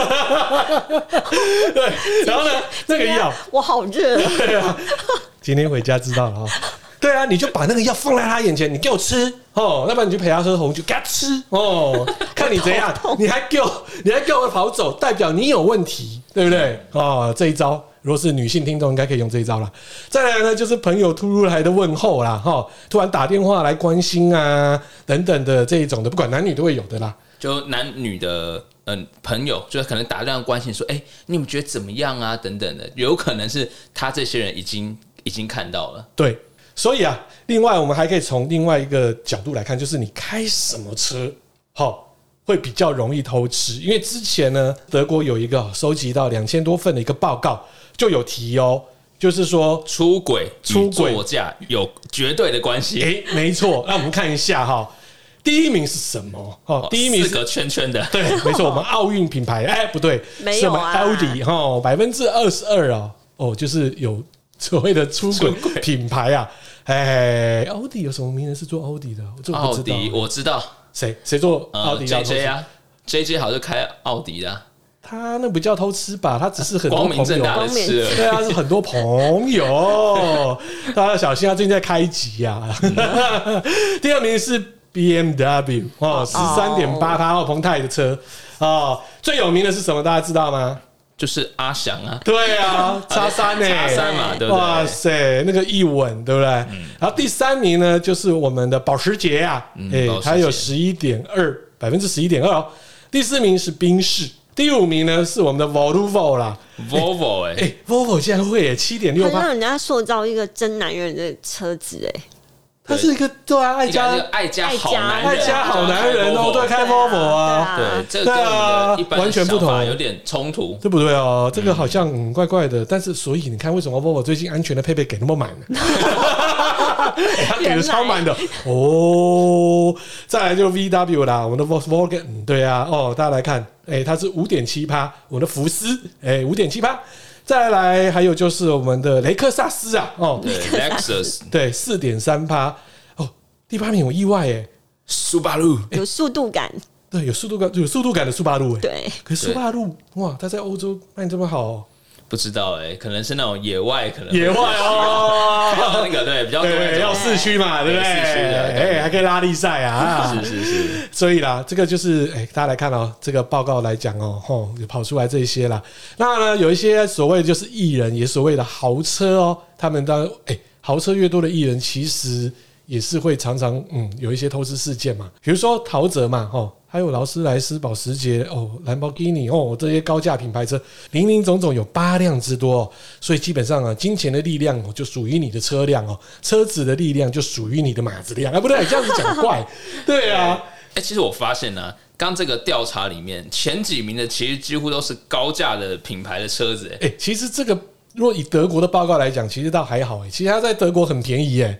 Speaker 1: 对，然后呢，那个药
Speaker 3: 我好热，
Speaker 1: 对啊，今天回家知道了啊。对啊，你就把那个药放在他眼前，你给我吃哦，要不然你就陪他喝红酒，给他吃哦，看你怎样，你还给我，你还给我跑走，代表你有问题，对不对？哦，这一招，如果是女性听众，应该可以用这一招啦。再来呢，就是朋友突如来的问候啦，哈、哦，突然打电话来关心啊，等等的这一种的，不管男女都会有的啦。
Speaker 2: 就男女的嗯朋友，就可能打电话关心说，哎、欸，你们觉得怎么样啊？等等的，有可能是他这些人已经已经看到了，
Speaker 1: 对。所以啊，另外我们还可以从另外一个角度来看，就是你开什么车，好会比较容易偷吃。因为之前呢，德国有一个收集到两千多份的一个报告，就有提哦，就是说
Speaker 2: 出轨
Speaker 1: 出轨
Speaker 2: 作价有绝对的关系。
Speaker 1: 哎，没错。那我们看一下哈，第一名是什么？哦，第一名是
Speaker 2: 四个圈圈的，
Speaker 1: 对，没错，我们奥运品牌。哎，不对，
Speaker 3: 没有啊，
Speaker 1: 是我们奥迪哈，百分之二十二哦，哦，就是有所谓的出轨品牌啊。哎，奥迪有什么名人是做奥迪的？我这不知道。
Speaker 2: 奥迪我知道，
Speaker 1: 谁谁做奥迪的、
Speaker 2: 呃、？J J 啊 ，J J 好像开奥迪的、啊。
Speaker 1: 他那不叫偷吃吧？他只是很多
Speaker 2: 光明正大的吃，
Speaker 1: 对啊，是很多朋友。大家要小心，他最近在开集啊。第二名是 B M W 哦，十三点八趴哦，彭太的车哦。最有名的是什么？大家知道吗？
Speaker 2: 就是阿翔啊，
Speaker 1: 对啊，叉三呢，
Speaker 2: 叉三嘛，对不对？
Speaker 1: 哇塞，那个一稳，对不对？嗯、然后第三名呢，就是我们的保时捷啊，哎、嗯，它有十一点二百分之十一点二哦。第四名是宾士，第五名呢是我们的 Volvo 啦
Speaker 2: ，Volvo 哎、欸
Speaker 1: 欸、，Volvo 竟然会哎七点六八，
Speaker 3: 让人家塑造一个真男人的车子哎。
Speaker 1: 他是一个对啊，爱家
Speaker 2: 爱家好男人，
Speaker 1: 爱家好男人哦，对，开 Volvo 啊，
Speaker 2: 对，这个跟我们的一般
Speaker 1: 完全不同，
Speaker 2: 有点冲突，
Speaker 1: 对不对哦？这个好像嗯怪怪的，但是所以你看，为什么 Volvo 最近安全的配备给那么满呢？他给的超满的哦。再来就 V W 啦，我们的 Volkswagen， 对啊，哦，大家来看，哎，它是五点七趴，我们的福斯，哎，五点七趴。再来还有就是我们的雷克萨斯啊，哦，
Speaker 2: 对 ，Lexus，
Speaker 1: 对，四点三趴，哦，第八名我意外哎，
Speaker 2: 苏巴路
Speaker 3: 有速度感，
Speaker 1: 对，有速度感，有速度感的苏巴路哎，
Speaker 3: 对，
Speaker 1: 可是苏巴路哇，它在欧洲卖这么好、哦。
Speaker 2: 不知道哎、欸，可能是那种野外，可能
Speaker 1: 野外哦，
Speaker 2: 那个对比较多，
Speaker 1: 对，要市区嘛，对不对？
Speaker 2: 市区的，
Speaker 1: 哎，还可以拉力赛啊，
Speaker 2: 是是是。
Speaker 1: 所以啦，这个就是哎，大家来看哦，这个报告来讲哦，吼，跑出来这些啦。那呢，有一些所谓的就是艺人，也所谓的豪车哦，他们当哎，豪车越多的艺人，其实也是会常常嗯有一些偷吃事件嘛，比如说陶喆嘛，吼。还有劳斯莱斯、保时捷、哦、兰博基尼哦，这些高价品牌车，林林总总有八辆之多、哦，所以基本上啊，金钱的力量哦就属于你的车辆哦，车子的力量就属于你的马子量啊，不对，这样子讲怪，对啊。
Speaker 2: 哎、欸，其实我发现呢、啊，刚这个调查里面前几名的其实几乎都是高价的品牌的车子、欸，哎、
Speaker 1: 欸，其实这个如果以德国的报告来讲，其实倒还好、欸，其实它在德国很便宜、欸，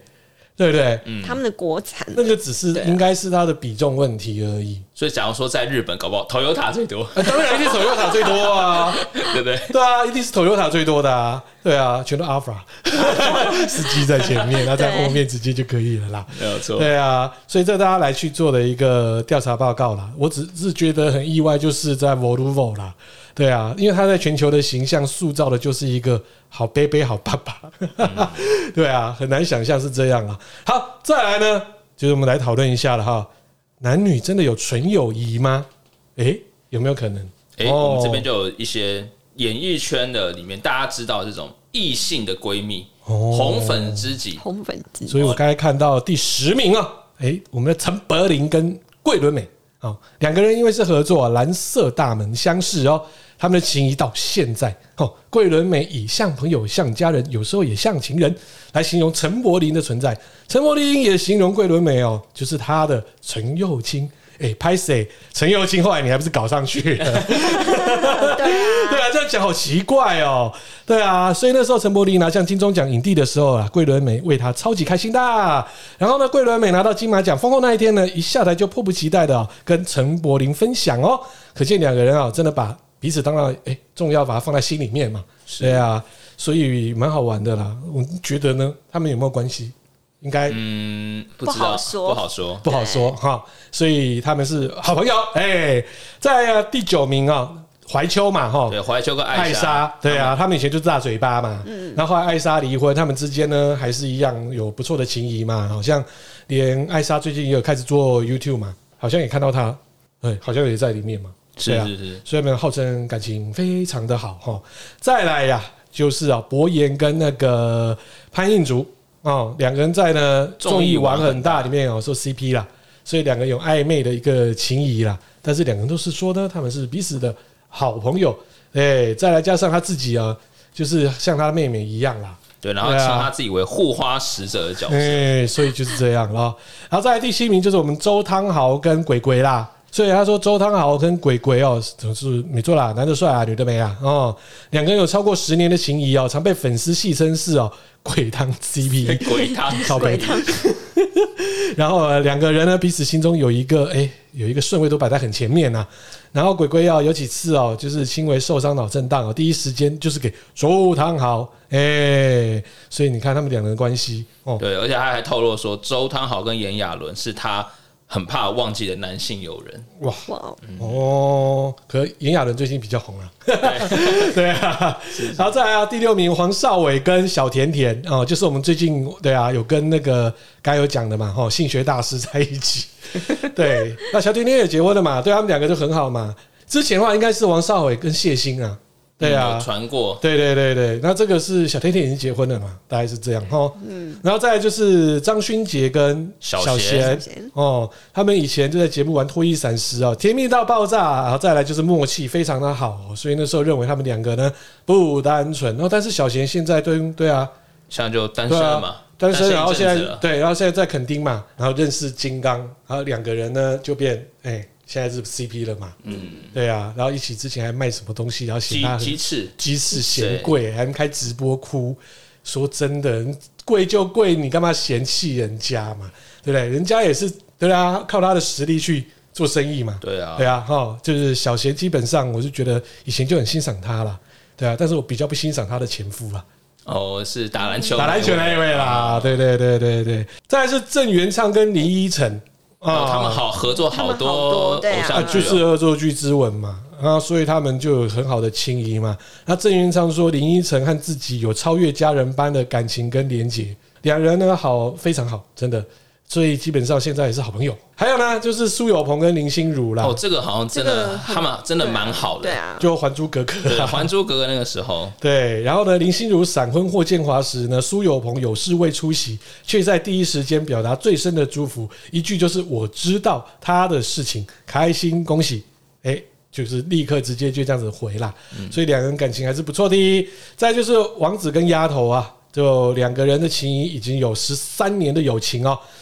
Speaker 1: 对不对？
Speaker 3: 嗯，他们的国产
Speaker 1: 那个只是应该是它的比重问题而已。
Speaker 2: 所以假如说在日本，搞不好 Toyota 最多，
Speaker 1: 啊、当然一定是 Toyota 最多啊，
Speaker 2: 对不对？
Speaker 1: 对啊，一定是 Toyota 最多的啊，对啊，全都 Alpha， 司机在前面，那在后面直接就可以了啦，
Speaker 2: 没有错。
Speaker 1: 对啊，所以这大家来去做的一个调查报告啦。我只是觉得很意外，就是在 Volvo 啦，对啊，因为他在全球的形象塑造的就是一个好贝贝、好爸爸，嗯、对啊，很难想象是这样啊。好，再来呢，就是我们来讨论一下了哈。男女真的有纯友谊吗？哎，有没有可能？
Speaker 2: 哎、哦，我们这边就有一些演艺圈的里面大家知道这种异性的闺蜜，哦、红粉知己，
Speaker 3: 红粉知己。
Speaker 1: 所以我刚才看到第十名啊，哎，我们的陈柏霖跟桂纶镁哦，两个人因为是合作、啊，蓝色大门相识哦。他们的情谊到现在，哦，桂纶镁以像朋友、像家人，有时候也像情人来形容陈柏霖的存在。陈柏霖也形容桂纶镁哦，就是他的陈幼卿。哎，拍谁？陈幼卿后来你还不是搞上去了？对啊，对啊，这样讲好奇怪哦。对啊，所以那时候陈柏霖拿下金钟奖影帝的时候啊，桂纶镁为他超级开心的。然后呢，桂纶镁拿到金马奖封后那一天呢，一下台就迫不及待的、哦、跟陈柏霖分享哦，可见两个人啊、哦，真的把彼此当然哎重要，把它放在心里面嘛。对啊，所以蛮好玩的啦。我觉得呢，他们有没有关系？应该
Speaker 2: 嗯，不知道，不好说，
Speaker 1: 不好说哈。所以他们是好朋友。哎，在第九名啊，怀秋嘛哈，
Speaker 2: 对，怀秋跟
Speaker 1: 艾莎，对啊，他们以前就是大嘴巴嘛。嗯，然后后来艾莎离婚，他们之间呢还是一样有不错的情谊嘛。好像连艾莎最近也有开始做 YouTube 嘛，好像也看到他，对，好像也在里面嘛。
Speaker 2: 是是是，
Speaker 1: 所以他们号称感情非常的好哈。再来呀、啊，就是啊，博妍跟那个潘映竹哦，两个人在呢综艺玩很大里面哦做 C P 啦，所以两个人有暧昧的一个情谊啦。但是两个人都是说呢，他们是彼此的好朋友。哎，再来加上他自己啊，就是像他妹妹一样啦。
Speaker 2: 对，然后称他自己为护花使者的角色。
Speaker 1: 哎，所以就是这样了。然后再来第七名就是我们周汤豪跟鬼鬼啦。所以他说周汤豪跟鬼鬼哦，是没错啦，男的帅啊，女的美啊，哦，两个人有超过十年的情谊哦，常被粉丝戏称是哦鬼汤 C P，
Speaker 2: 鬼汤，
Speaker 3: 鬼汤。
Speaker 1: 然后两个人呢彼此心中有一个哎、欸、有一个顺位都摆在很前面啊。然后鬼鬼哦有几次哦就是轻微受伤脑震荡哦，第一时间就是给周汤豪，哎、欸，所以你看他们两人的关系哦，
Speaker 2: 对，而且他还透露说周汤豪跟炎亚纶是他很怕忘记的男性友人。
Speaker 1: 哇哇、嗯、哦，可炎亚纶最近比较红了，对啊。然后再来啊，第六名黄少炜跟小甜甜哦，就是我们最近对啊有跟那个刚有讲的嘛，哦，性学大师在一起。对，那小甜甜也结婚了嘛，对他们两个就很好嘛。之前的话应该是王少炜跟谢欣啊。对啊，
Speaker 2: 有传过，
Speaker 1: 对对对对，那这个是小甜甜已经结婚了嘛，大概是这样哈。嗯，然后再来就是张勋杰跟小贤哦，他们以前就在节目玩脱衣闪失哦，甜蜜到爆炸，然后再来就是默契非常的好，所以那时候认为他们两个呢不单纯。然后但是小贤现在对对啊，
Speaker 2: 现在就单身了嘛，啊、
Speaker 1: 单身，然后现在对，然后现在在垦丁嘛，然后认识金刚，然后两个人呢就变哎。欸现在是 C P 了嘛？嗯，对啊，然后一起之前还卖什么东西，然后嫌他
Speaker 2: 鸡翅
Speaker 1: 鸡翅嫌贵，还开直播哭，说真的，贵就贵，你干嘛嫌弃人家嘛？对不对？人家也是对啊，靠他的实力去做生意嘛。
Speaker 2: 对啊，
Speaker 1: 对啊，哈，就是小贤基本上我就觉得以前就很欣赏他啦，对啊，但是我比较不欣赏他的前夫啦。
Speaker 2: 哦，是打篮球
Speaker 1: 打篮球那一位啦，对对对对对。再来是郑元畅跟林依晨。
Speaker 2: 哦，他们好合作好多偶像剧、哦，
Speaker 1: 就是恶作剧之吻嘛，啊，所以他们就有很好的情谊嘛。那郑元畅说林依晨和自己有超越家人般的感情跟连结，两人呢好非常好，真的，所以基本上现在也是好朋友。还有呢，就是苏有朋跟林心如啦。
Speaker 2: 哦，这个好像真的，这个、他们真的蛮好的。
Speaker 3: 对啊，
Speaker 1: 就《还珠格格》啊，
Speaker 2: 对，《还珠格格》那个时候。
Speaker 1: 对，然后呢，林心如闪婚霍建华时呢，苏有朋有事未出席，却在第一时间表达最深的祝福，一句就是我知道他的事情，开心恭喜，哎，就是立刻直接就这样子回啦。嗯、所以两人感情还是不错的。再就是王子跟丫头啊。就两个人的情谊已经有十三年的友情哦，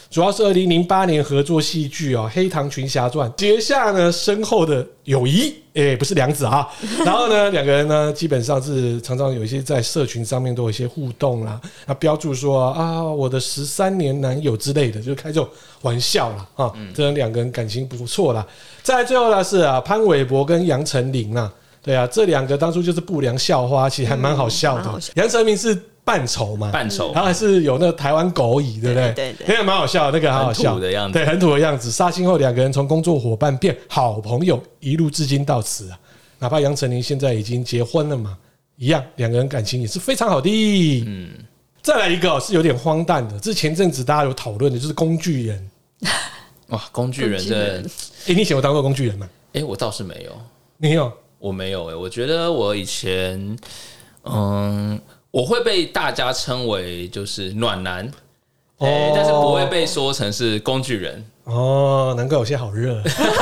Speaker 1: 主要是二零零八年合作戏剧哦，《黑糖群侠传》，结下呢深厚的友谊，哎、欸，不是梁子啊。然后呢，两个人呢基本上是常常有一些在社群上面都有一些互动啦，那标注说啊，我的十三年男友之类的，就开这种玩笑啦啊。嗯、这两个人感情不错啦。再来最后呢是啊，潘玮柏跟杨丞琳啦。对啊，这两个当初就是不良校花，其实还蛮好笑的。嗯、杨丞琳是扮丑嘛，
Speaker 2: 扮丑，
Speaker 1: 然后还是有那个台湾狗椅，对不对？
Speaker 3: 对对，
Speaker 1: 那个蛮好笑的，那个很好笑，
Speaker 2: 很土的样子，
Speaker 1: 对，很土的样子。杀青后，两个人从工作伙伴变好朋友，一路至今到此啊。哪怕杨丞琳现在已经结婚了嘛，一样，两个人感情也是非常好的。嗯，再来一个、哦、是有点荒诞的，这是前阵子大家有讨论的，就是工具人。
Speaker 2: 哇，工具人真的，
Speaker 1: 哎，你以前有当过工具人吗？
Speaker 2: 哎，我倒是没有，
Speaker 1: 你有？
Speaker 2: 我没有哎、欸，我觉得我以前，嗯，我会被大家称为就是暖男，哦、欸，但是不会被说成是工具人。
Speaker 1: 哦，难怪我现在好热。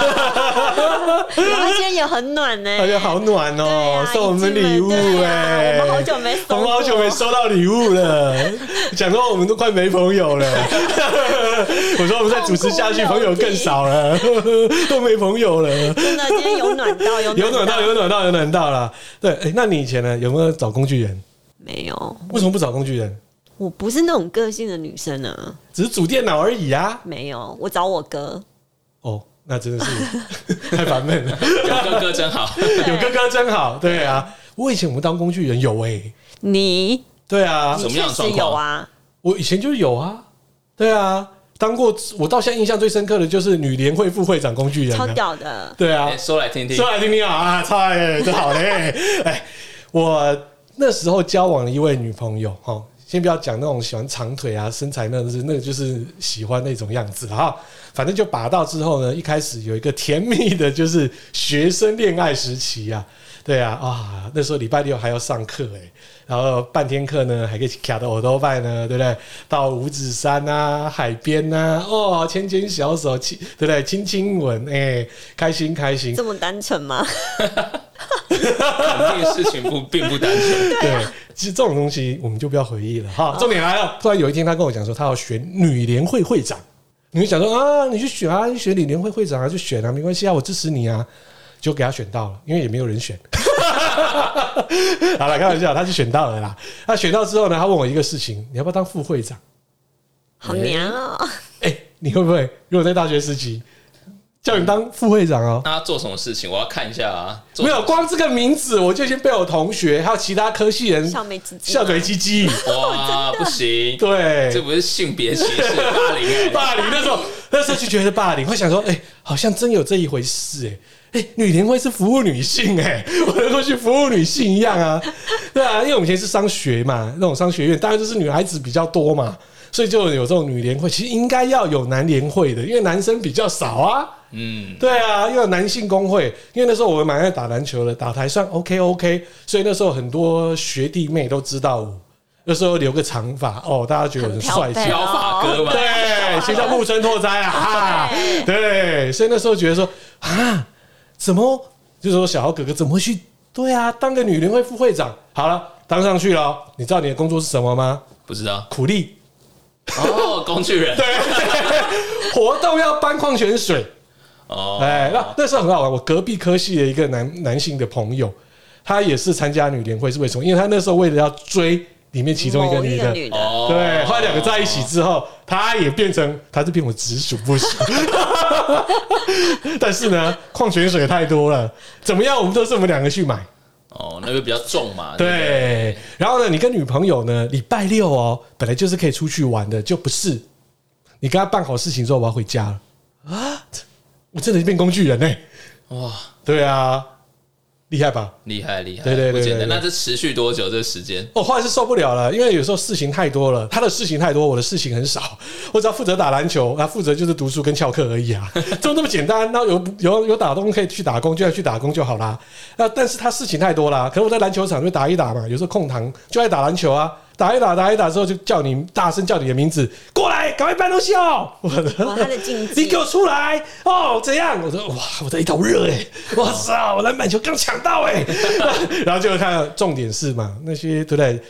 Speaker 3: 他今天也很暖呢、欸，
Speaker 1: 而且好暖哦、喔啊，送我们礼物哎、
Speaker 3: 欸啊，我们好久没收，
Speaker 1: 我们好久没收到礼物了，讲说我们都快没朋友了。我说我们再主持下去，朋友更少了，都没朋友了。
Speaker 3: 真的，今天有暖到，有
Speaker 1: 有暖到，有暖到，有暖到了。对，哎、欸，那你以前呢？有没有找工具人？
Speaker 3: 没有。
Speaker 1: 为什么不找工具人？
Speaker 3: 我不是那种个性的女生啊，
Speaker 1: 只是煮电脑而已啊。
Speaker 3: 没有，我找我哥。
Speaker 1: 哦，那真的是太烦闷了。
Speaker 2: 有哥哥真好，
Speaker 1: 有哥哥真好。对啊，我以前我们当工具人有哎、欸。
Speaker 3: 你？
Speaker 1: 对啊，
Speaker 2: 什么样的状况？
Speaker 3: 有啊，
Speaker 1: 我以前就有啊。对啊，当过。我到现在印象最深刻的就是女联会副会长工具人、啊，
Speaker 3: 超屌的。
Speaker 1: 对啊，
Speaker 2: 欸、说来听听，
Speaker 1: 说来听听啊，超哎，真好嘞。哎，我那时候交往了一位女朋友哈。先不要讲那种喜欢长腿啊、身材那是那个就是喜欢那种样子哈，反正就把到之后呢，一开始有一个甜蜜的，就是学生恋爱时期啊，对啊啊，那时候礼拜六还要上课哎、欸，然后半天课呢还可以卡到耳朵拜呢，对不对？到五指山啊、海边啊，哦，牵牵小手，亲，对不对？亲亲吻，哎、欸，开心开心，
Speaker 3: 这么单纯吗？
Speaker 2: 肯定事情不并不单纯。
Speaker 1: 对，其实这种东西我们就不要回忆了哈。重点来了，突然有一天他跟我讲说，他要选女联会会长。你会想说啊，你去选啊，你选女联会会长啊，就选啊，没关系啊，我支持你啊，就给他选到了，因为也没有人选。好了，开玩笑，他就选到了啦。他选到之后呢，他问我一个事情，你要不要当副会长？
Speaker 3: 好娘哦！
Speaker 1: 哎、欸，你会不会？如果在大学时期叫你当副会长哦，
Speaker 2: 那他做什么事情？我要看一下啊。
Speaker 1: 没有，光这个名字我就已经被我同学还有其他科系人
Speaker 3: 笑眉唧唧，
Speaker 1: 笑嘴唧唧。
Speaker 2: 哇，不行，
Speaker 1: 对，
Speaker 2: 这不是性别歧视，霸凌、欸，
Speaker 1: 霸凌。那时候那时候就觉得霸凌，会想说，哎、欸，好像真有这一回事、欸，哎。哎、欸，女联会是服务女性、欸，哎，我能够去服务女性一样啊，对啊，因为我们以前是商学嘛，那种商学院，当然就是女孩子比较多嘛，所以就有这种女联会。其实应该要有男联会的，因为男生比较少啊。嗯，对啊，又有男性工会，因为那时候我蛮爱打篮球的，打得还算 OK OK， 所以那时候很多学弟妹都知道我。那时候留个长发哦，大家觉得我很帅气，
Speaker 2: 撩发哥嘛，
Speaker 1: 对，其实叫木村拓哉啊，啊对，所以那时候觉得说啊。怎么就是说小豪哥哥怎么会去？对啊，当个女联会副会长，好了，当上去了。你知道你的工作是什么吗？
Speaker 2: 不知道。
Speaker 1: 苦力
Speaker 2: 哦，工具人。
Speaker 1: 对，活动要搬矿泉水。哦，哎，那那时候很好玩。我隔壁科系的一个男男性的朋友，他也是参加女联会，是为什么？因为他那时候为了要追里面其中一个女的，
Speaker 3: 女的
Speaker 1: 对，后来两个在一起之后，他也变成他是变我直属部属。但是呢，矿泉水太多了，怎么样？我们都是我们两个去买。
Speaker 2: 哦，那个比较重嘛。
Speaker 1: 对,
Speaker 2: 对, 对。
Speaker 1: 然后呢，你跟女朋友呢，礼拜六哦，本来就是可以出去玩的，就不是。你跟她办好事情之后，我要回家了啊！我真的是变工具人哎、欸！哇，对啊。厉害吧？
Speaker 2: 厉害厉害，
Speaker 1: 对对对，
Speaker 2: 不简单。那这持续多久？这时间？
Speaker 1: 我后来是受不了了，因为有时候事情太多了，他的事情太多，我的事情很少。我只要负责打篮球，他负责就是读书跟翘课而已啊，就那么简单。然后有有有打工可以去打工，就要去打工就好啦。那但是他事情太多啦，可能我在篮球场就打一打嘛，有时候空堂就爱打篮球啊。打一打打一打之后，就叫你大声叫你的名字，过来，赶快搬东西哦！我的，
Speaker 3: 哇，他的竞技，
Speaker 1: 你给我出来哦！怎样？我说哇，我的一头热哎！我操，我篮板球刚抢到哎！然后就看重点是嘛，那些对不对？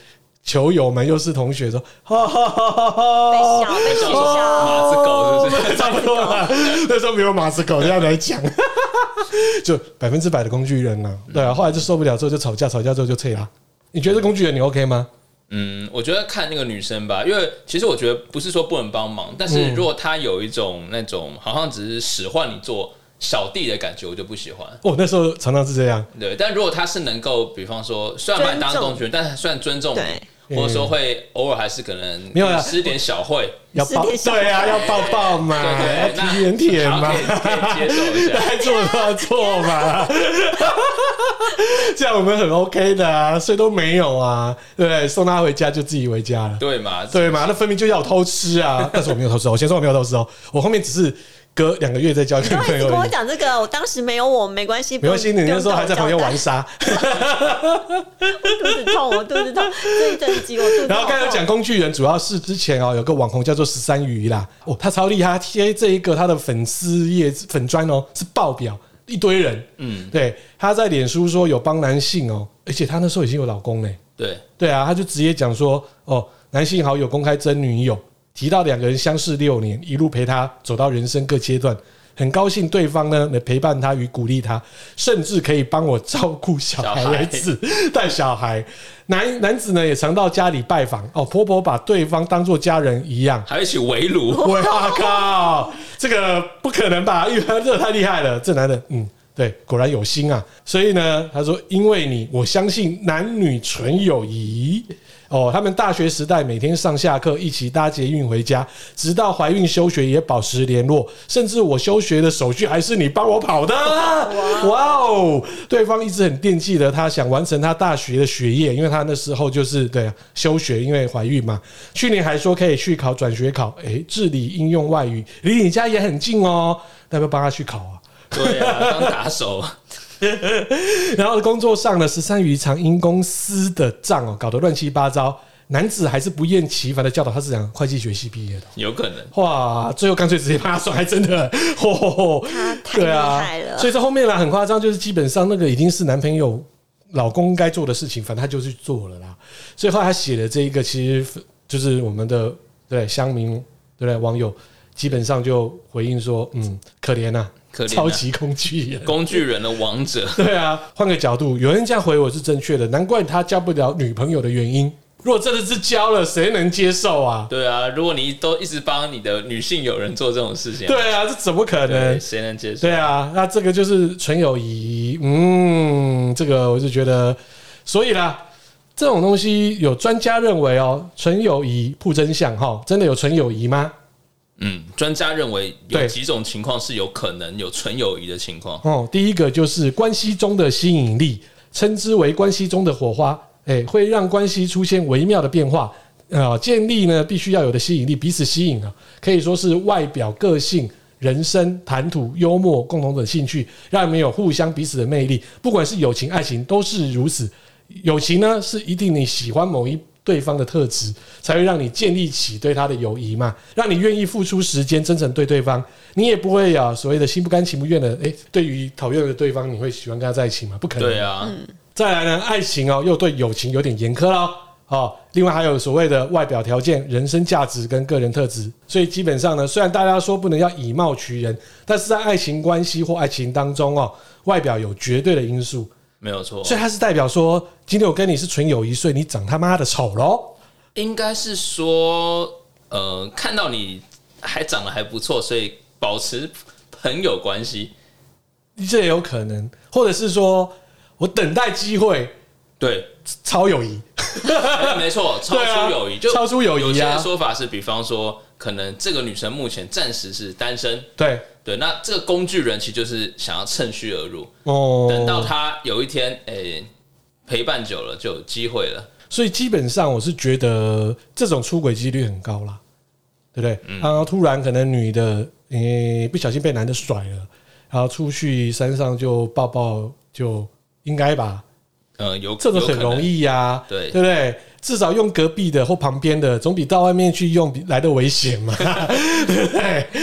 Speaker 1: 球友们又是同学说，哈哈哈哈哈，
Speaker 3: 被笑被取笑，
Speaker 2: 马子狗是不是？
Speaker 1: 差不多啦。那时候没有马子狗这样来讲，就百分之百的工具人呐、啊。对啊，后来就受不了之后就吵架，吵架之后就退啦。你觉得工具人你 OK 吗？
Speaker 2: 嗯，我觉得看那个女生吧，因为其实我觉得不是说不能帮忙，但是如果她有一种那种好像只是使唤你做小弟的感觉，我就不喜欢。
Speaker 1: 哦，那时候常常是这样。
Speaker 2: 对，但如果她是能够，比方说，虽然把你当工具人，但是虽然尊重你，或者说会偶尔还是可能
Speaker 1: 没有
Speaker 2: 施点小惠，
Speaker 1: 要抱，对啊，要抱抱嘛，
Speaker 2: 对对，
Speaker 1: 要体验体验嘛，
Speaker 2: 可以接受一下，
Speaker 1: 该做都要做嘛，这样我们很 OK 的啊，所以都没有啊，对不对？送他回家就自己回家了，
Speaker 2: 对嘛？
Speaker 1: 对嘛？那分明就要我偷吃啊！但是我没有偷吃哦，我先说我没有偷吃哦，我后面只是隔两个月再交一个女朋友。
Speaker 3: 你跟我讲这个，我当时没有我，没关系，
Speaker 1: 没关系，你那时候还在旁边玩沙。
Speaker 3: 我肚子痛，我肚子痛，这一整集我肚子痛。
Speaker 1: 然后刚才讲工具人，主要是之前哦有个网红叫做十三鱼啦，哦他超厉害，他贴这一个他的粉丝页粉专哦是爆表一堆人，嗯，对，他在脸书说有帮男性哦，而且他那时候已经有老公嘞，
Speaker 2: 对
Speaker 1: 对啊，他就直接讲说哦男性好友公开真女友。提到两个人相识六年，一路陪他走到人生各阶段，很高兴对方呢能陪伴他与鼓励他，甚至可以帮我照顾小孩为止，带小孩。男男子呢也常到家里拜访，哦，婆婆把对方当作家人一样，
Speaker 2: 还一起围炉。
Speaker 1: 我靠，这个不可能吧？因为他这太厉害了，这男的，嗯。对，果然有心啊！所以呢，他说：“因为你，我相信男女纯友谊。”哦，他们大学时代每天上下课一起搭捷运回家，直到怀孕休学也保持联络，甚至我休学的手续还是你帮我跑的。哇哦！对方一直很惦记的他，想完成他大学的学业，因为他那时候就是对休学，因为怀孕嘛。去年还说可以去考转学考，哎，治理应用外语，离你家也很近哦，要不要帮他去考啊？
Speaker 2: 对啊，当打手。
Speaker 1: 然后工作上呢，十三鱼常因公司的账哦搞得乱七八糟，男子还是不厌其烦的教导他是讲会计学系毕业的，
Speaker 2: 有可能
Speaker 1: 哇，最后干脆直接把他甩，还真的，吼吼吼，
Speaker 3: 他太厉害了。
Speaker 1: 啊、所以这后面啦很夸张，就是基本上那个已经是男朋友、老公该做的事情，反正他就去做了啦。所以后来他写的这一个，其实就是我们的对乡民对不对网友基本上就回应说，嗯，可怜呐、啊。
Speaker 2: 啊、
Speaker 1: 超级工具人，
Speaker 2: 工具人的王者。
Speaker 1: 对啊，换个角度，有人这样回我是正确的，难怪他交不了女朋友的原因。如果真的是交了，谁能接受啊？
Speaker 2: 对啊，如果你都一直帮你的女性友人做这种事情，
Speaker 1: 对啊，这怎么可能？
Speaker 2: 谁能接受？
Speaker 1: 对啊，那这个就是纯友谊。嗯，这个我就觉得，所以啦，这种东西有专家认为哦，纯友谊铺真相哈，真的有纯友谊吗？
Speaker 2: 嗯，专家认为有几种情况是有可能有纯友谊的情况。
Speaker 1: 哦，第一个就是关系中的吸引力，称之为关系中的火花，欸、会让关系出现微妙的变化。呃，建立呢必须要有的吸引力，彼此吸引啊，可以说是外表、个性、人生、谈吐、幽默、共同的兴趣，让你们有互相彼此的魅力。不管是友情、爱情，都是如此。友情呢，是一定你喜欢某一对方的特质，才会让你建立起对他的友谊嘛，让你愿意付出时间，真诚对对方，你也不会啊所谓的心不甘情不愿的，哎，对于讨厌的对方，你会喜欢跟他在一起吗？不可能。
Speaker 2: 对啊。
Speaker 3: 嗯、
Speaker 1: 再来呢，爱情哦，又对友情有点严苛咯。哦，另外还有所谓的外表条件、人生价值跟个人特质，所以基本上呢，虽然大家说不能要以貌取人，但是在爱情关系或爱情当中哦，外表有绝对的因素。
Speaker 2: 没有错，
Speaker 1: 所以它是代表说，今天我跟你是纯友谊，所以你长他妈的丑咯。
Speaker 2: 应该是说，呃，看到你还长得还不错，所以保持朋友关系，
Speaker 1: 这也有可能，或者是说我等待机会，
Speaker 2: 对，
Speaker 1: 超友谊，
Speaker 2: 欸、没错，超出友谊、啊，就
Speaker 1: 超出友谊啊。
Speaker 2: 有些说法是，比方说，可能这个女生目前暂时是单身，
Speaker 1: 对。
Speaker 2: 对，那这个工具人其实就是想要趁虚而入，
Speaker 1: 哦，
Speaker 2: 等到他有一天，诶、欸，陪伴久了就有机会了。
Speaker 1: 所以基本上我是觉得这种出轨几率很高啦，对不对？嗯、然后突然可能女的，诶、欸，不小心被男的甩了，然后出去山上就抱抱，就应该吧？
Speaker 2: 呃，有
Speaker 1: 这种很容易呀、啊，
Speaker 2: 对
Speaker 1: 对不对？至少用隔壁的或旁边的，总比到外面去用来的危险嘛，对不对？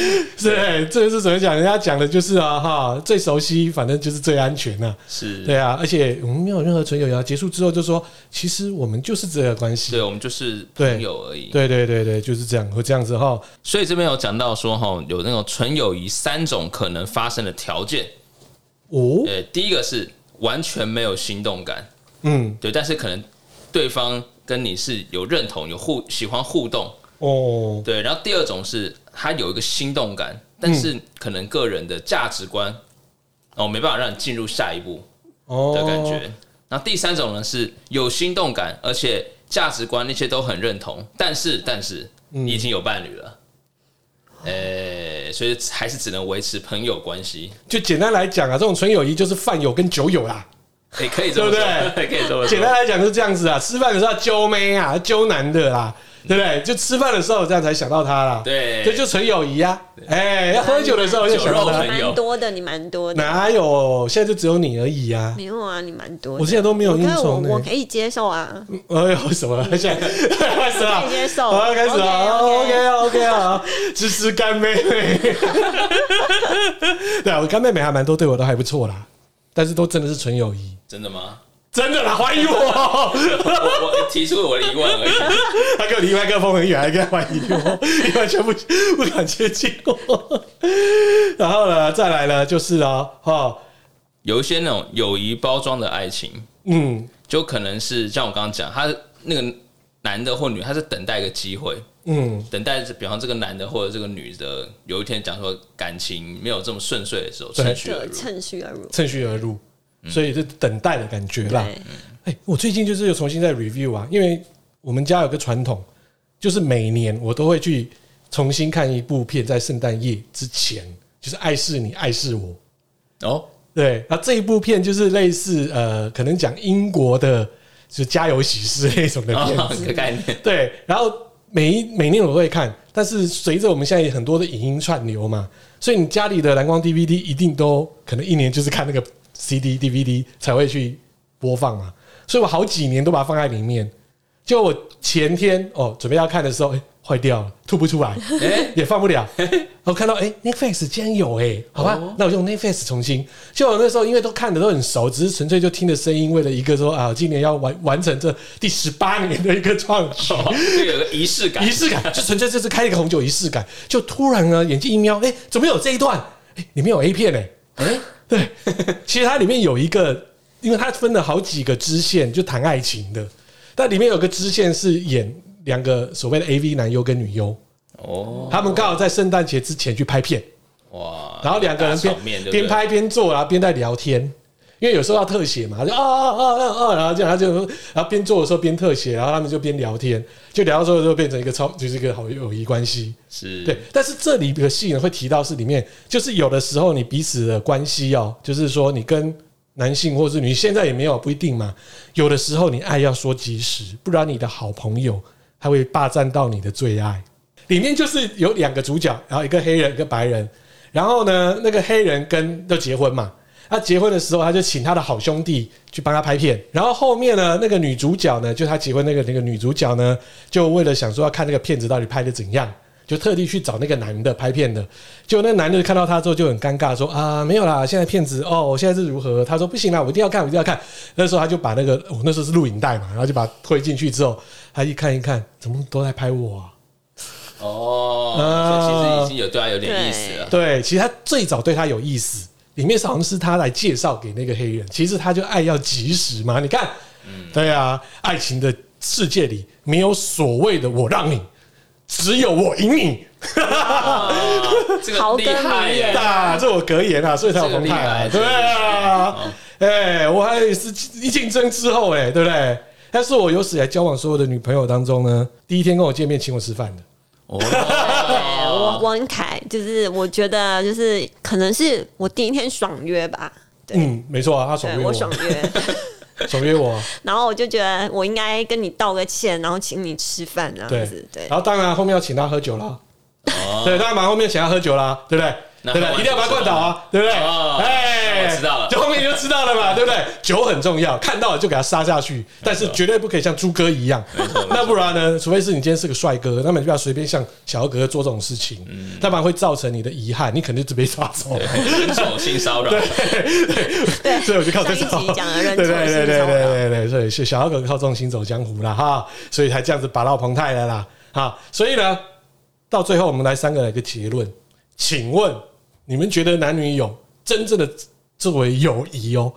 Speaker 1: 对，这个是怎么讲？人家讲的就是啊，哈，最熟悉，反正就是最安全啊。
Speaker 2: 是，
Speaker 1: 对啊，而且我们没有任何纯友谊啊。结束之后就说，其实我们就是这个关系，
Speaker 2: 对，我们就是朋友而已。
Speaker 1: 对对对对，就是这样，会这样子哈。
Speaker 2: 所以这边有讲到说，哈，有那种纯友谊三种可能发生的条件。
Speaker 1: 哦，
Speaker 2: 呃，第一个是完全没有心动感，
Speaker 1: 嗯，
Speaker 2: 对，但是可能对方跟你是有认同、有互喜欢互动。
Speaker 1: 哦，
Speaker 2: 对，然后第二种是他有一个心动感，但是可能个人的价值观哦没办法让你进入下一步的感觉。哦、然后第三种呢是有心动感，而且价值观那些都很认同，但是但是你已经有伴侣了，呃、嗯欸，所以还是只能维持朋友关系。
Speaker 1: 就简单来讲啊，这种纯友谊就是饭友跟酒友啦。
Speaker 2: 欸、可以这么说，对不对？可以这么说。
Speaker 1: 简单来讲就是这样子啊，吃饭的时候要揪妹啊，揪男的啦。对不对？就吃饭的时候这样才想到他啦。对，这就纯友谊啊。哎、欸，要喝酒的时候就想到他。
Speaker 3: 蛮多的，你蛮多的。
Speaker 1: 哪有？现在就只有你而已啊。
Speaker 3: 没有啊，你蛮多的。
Speaker 1: 我现在都没有应酬、
Speaker 3: 欸，我可以接受啊。
Speaker 1: 哎呦，什么？现在开始了，
Speaker 3: 可以接受。
Speaker 1: 好，开始了。OK OK 啊，支持干妹妹。对啊，我干妹妹还蛮多，对我都还不错啦。但是都真的是纯友谊。
Speaker 2: 真的吗？
Speaker 1: 真的啦，怀疑我，我
Speaker 2: 我提出我的疑问而已。
Speaker 1: 他跟我离麦克风很远，还跟怀疑我，你完全不不敢接近我。然后呢，再来呢，就是啊，哈，
Speaker 2: 有一些那种友谊包装的爱情，嗯，就可能是像我刚刚讲，他那个男的或女，他是等待一个机会，嗯，等待比方这个男的或者这个女的，有一天讲说感情没有这么顺遂的时候，趁虚而入，
Speaker 3: 趁虚而入，
Speaker 1: 趁虚而入。所以是等待的感觉啦。哎，我最近就是又重新在 review 啊，因为我们家有个传统，就是每年我都会去重新看一部片，在圣诞夜之前，就是爱是你，爱是我。哦，对，然后这一部片就是类似呃，可能讲英国的，就家有喜事那种的片子，
Speaker 2: 哦、概念。
Speaker 1: 对，然后每一每年我都会看，但是随着我们现在很多的影音串流嘛，所以你家里的蓝光 D V D 一定都可能一年就是看那个。C D、D V D 才会去播放嘛，所以我好几年都把它放在里面。就我前天哦准备要看的时候，哎、欸，坏掉了，吐不出来，欸、也放不了。我看到哎、欸、，Netflix 竟然有哎、欸，好吧，哦、那我用 Netflix 重新。就我那时候因为都看的都很熟，只是纯粹就听的声音，为了一个说啊，今年要完完成这第十八年的一个创举，
Speaker 2: 哦、就有个仪式感，
Speaker 1: 仪式感，就纯粹就是开一个红酒仪式感。就突然呢，眼睛一瞄，哎、欸，怎么有这一段？哎、欸，里面有 A 片哎、欸，哎、欸。对，其实它里面有一个，因为它分了好几个支线，就谈爱情的。但里面有个支线是演两个所谓的 A V 男优跟女优，哦，他们刚好在圣诞节之前去拍片，哇，然后两个人边边拍边做，然后边在聊天，因为有时候要特写嘛，就啊啊啊啊啊，然后这样他就然后边做的时候边特写，然后他们就边聊天，就聊到最后就变成一个超就是一个好友谊关系。
Speaker 2: 是
Speaker 1: 对，但是这里的戏呢会提到是里面，就是有的时候你彼此的关系哦，就是说你跟男性或是你现在也没有不一定嘛，有的时候你爱要说及时，不然你的好朋友他会霸占到你的最爱。里面就是有两个主角，然后一个黑人一个白人，然后呢那个黑人跟就结婚嘛，他结婚的时候他就请他的好兄弟去帮他拍片，然后后面呢那个女主角呢，就他结婚那个那个女主角呢，就为了想说要看那个片子到底拍的怎样，就特地去找那个男的拍片的。结果那个男的看到他之后就很尴尬说啊没有啦，现在片子哦我现在是如何，他说不行啦，我一定要看我一定要看。那时候他就把那个我、哦、那时候是录影带嘛，然后就把它推进去之后，他一看一看怎么都在拍我啊。
Speaker 2: 哦、呃、所以其实已经有对他有点意思了。
Speaker 1: 对, 对，其实他最早对他有意思，里面好像是他来介绍给那个黑人，其实他就爱要及时嘛，你看、嗯、对啊，爱情的世界里没有所谓的我让你，只有我赢你。
Speaker 2: 哦、这个厉害耶、
Speaker 1: 啊、这我格言啊，所以才有澎湃啊。对啊，哎、欸，我还是一竞争之后哎、欸，对不对？但是我有史以来交往所有的女朋友当中呢，第一天跟我见面请我吃饭的。
Speaker 3: 哦，我我很凯，就是我觉得就是可能是我第一天爽约吧。
Speaker 1: 嗯，没错啊，他爽约我，
Speaker 3: 我爽约。
Speaker 1: 爽约我，
Speaker 3: 然后我就觉得我应该跟你道个歉，然后请你吃饭这样子。对，
Speaker 1: 然后当然后面要请他喝酒啦。哦、对，当然嘛，后面请他喝酒啦，对不对？ 对不对？一定要把它灌倒啊，对不对？
Speaker 2: 哎，我知道了，
Speaker 1: 就后面你就知道了嘛，对不对？酒很重要，看到了就给它杀下去，但是绝对不可以像猪哥一样。那不然呢？除非是你今天是个帅哥，那么你不要随便像小豪哥哥做这种事情，要不然会造成你的遗憾，你肯定就被抓走。
Speaker 2: 人手性骚扰，
Speaker 3: 对，
Speaker 1: 所以我就靠这招。
Speaker 3: 讲的人手性骚扰，
Speaker 1: 对对对对对对，所以小豪哥哥靠这种行走江湖啦哈，所以才这样子把到彭泰了啦哈。所以呢，到最后我们来三个来个结论，请问你们觉得男女有真正的作为友谊哦？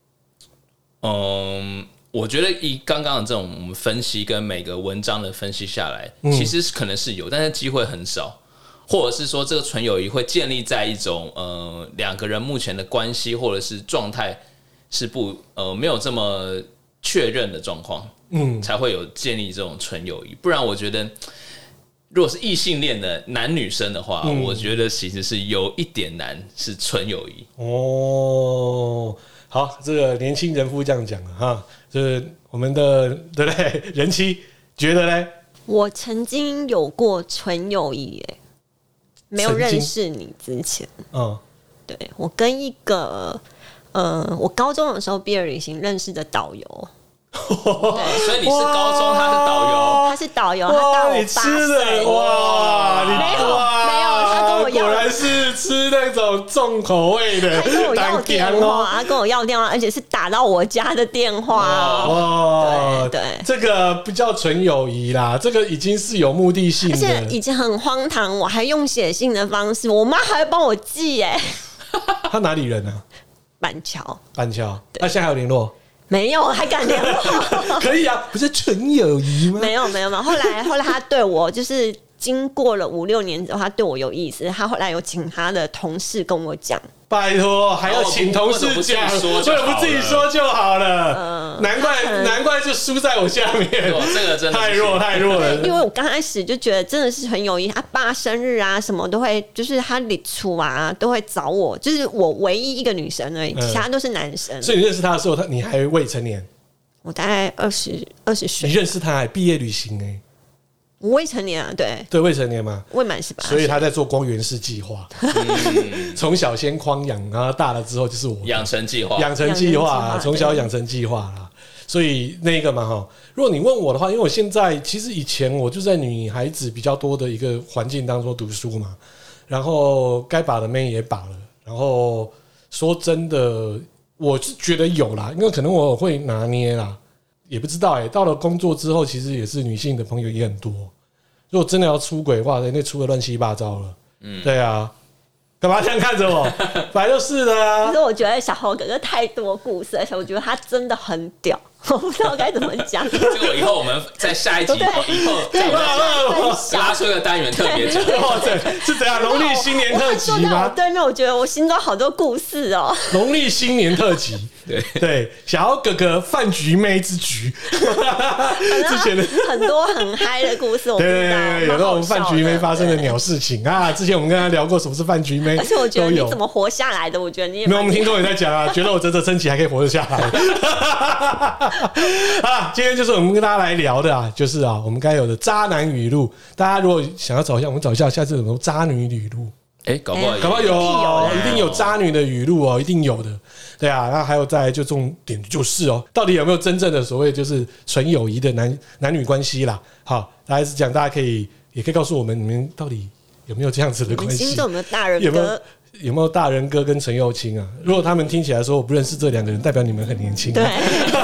Speaker 2: 嗯，我觉得以刚刚的这种我们分析跟每个文章的分析下来，嗯、其实可能是有，但是机会很少，或者是说这个纯友谊会建立在一种呃两个人目前的关系或者是状态是不呃没有这么确认的状况，嗯，才会有建立这种纯友谊。不然我觉得，如果是异性恋的男女生的话，嗯、我觉得其实是有一点难是纯友谊
Speaker 1: 哦。好，这个年轻人夫这样讲了哈，就是我们的对不对？人妻觉得呢？
Speaker 3: 我曾经有过纯友谊耶，没有认识你之前，嗯，对我跟一个呃，我高中的时候毕业旅行认识的导游。
Speaker 2: 对，所以你是高中，他是导游，
Speaker 3: 他是导游，他大我八岁。
Speaker 1: 哇，
Speaker 3: 没有没有，他跟我要，
Speaker 1: 果然是吃那种重口味的。
Speaker 3: 他跟我要电话，他跟我要电话，而且是打到我家的电话。
Speaker 1: 哇，
Speaker 3: 对，
Speaker 1: 这个不叫纯友谊啦，这个已经是有目的性的，
Speaker 3: 而且已经很荒唐。我还用写信的方式，我妈还会帮我寄耶。
Speaker 1: 他哪里人啊？
Speaker 3: 板桥。
Speaker 1: 板桥，那现在还有联络？
Speaker 3: 没有，还敢联络？
Speaker 1: 可以啊，不是纯友谊吗？
Speaker 3: 没有，没有，没有。后来，后来他对我就是经过了五六年之后，他对我有意思。他后来有请他的同事跟我讲，
Speaker 1: 拜托，还要请同事讲，为什么不自己说就好了？嗯、难怪难怪就输在我下面，
Speaker 2: 这个真的
Speaker 1: 太弱太弱了。
Speaker 3: 因为我刚开始就觉得真的是很友谊，他爸生日啊什么都会，就是他礼出啊都会找我，就是我唯一一个女生而已，其他都是男生。
Speaker 1: 所以你认识他的时候，他你还未成年？
Speaker 3: 我大概二十二十岁。
Speaker 1: 你认识他还毕业旅行哎、欸？
Speaker 3: 我未成年啊，对
Speaker 1: 对，未成年嘛，
Speaker 3: 未满十八，
Speaker 1: 所以他在做光源式计划，从小先框养，然后大了之后就是我
Speaker 2: 养成计划，
Speaker 1: 养成计划，从小养成计划啦。所以那个嘛哈，如果你问我的话，因为我现在其实以前我就在女孩子比较多的一个环境当中读书嘛，然后该把的妹也把了，然后说真的，我是觉得有啦，因为可能我会拿捏啦。也不知道哎、欸，到了工作之后，其实也是女性的朋友也很多。如果真的要出轨，哇，那出的乱七八糟了。嗯，对啊，干嘛这样看着我？本来就是的啊。
Speaker 3: 可是我觉得小豪哥哥太多故事，而且我觉得他真的很屌。我不知道该怎么讲。
Speaker 2: 这个以后我们在下一集以后，以后再拉出一个单元特别讲。
Speaker 1: 哇塞，是怎样？农历新年特辑吗？
Speaker 3: 对面，我觉得我心中好多故事哦。
Speaker 1: 农历新年特辑，对对，小豪哥哥饭局妹之局，之前的
Speaker 3: 很多很嗨的故事，我不知道。对对
Speaker 1: 对，有那种饭局妹发生的鸟事情啊。之前我们跟他聊过什么是饭局妹，
Speaker 3: 而且我觉得你怎么活下来的？我觉得你也
Speaker 1: 没有，我们听众也在讲啊，觉得我啧啧称奇还可以活得下来。啊，今天就是我们跟大家来聊的啊，就是啊，我们该有的渣男语录。大家如果想要找一下，我们找一下下次有没有渣女语录？
Speaker 2: 哎、欸，搞不好，
Speaker 1: 搞不好有哦，一定有渣女的语录哦，一定有的。对啊，那还有再来就重点就是哦，到底有没有真正的所谓就是纯友谊的男男女关系啦？好，大概是讲，大家可以也可以告诉我们，你们到底有没有这样子的关系？
Speaker 3: 心中有没有大人哥？
Speaker 1: 有没有有没有大人哥跟陈幼卿啊？如果他们听起来说我不认识这两个人，代表你们很年轻、啊。
Speaker 3: 对。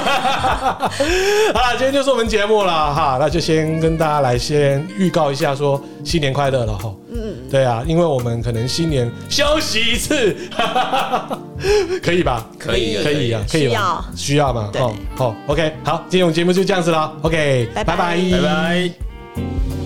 Speaker 1: 好啦，今天就是我们节目了哈，那就先跟大家来先预告一下，说新年快乐了哈。嗯，对啊，因为我们可能新年休息一次，可以吧？
Speaker 2: 可以，
Speaker 1: 可以啊，可以吧？需要嘛？哦，好 ，OK， 好，今天我们节目就这样子了 ，OK，
Speaker 3: 拜拜，
Speaker 2: 拜拜。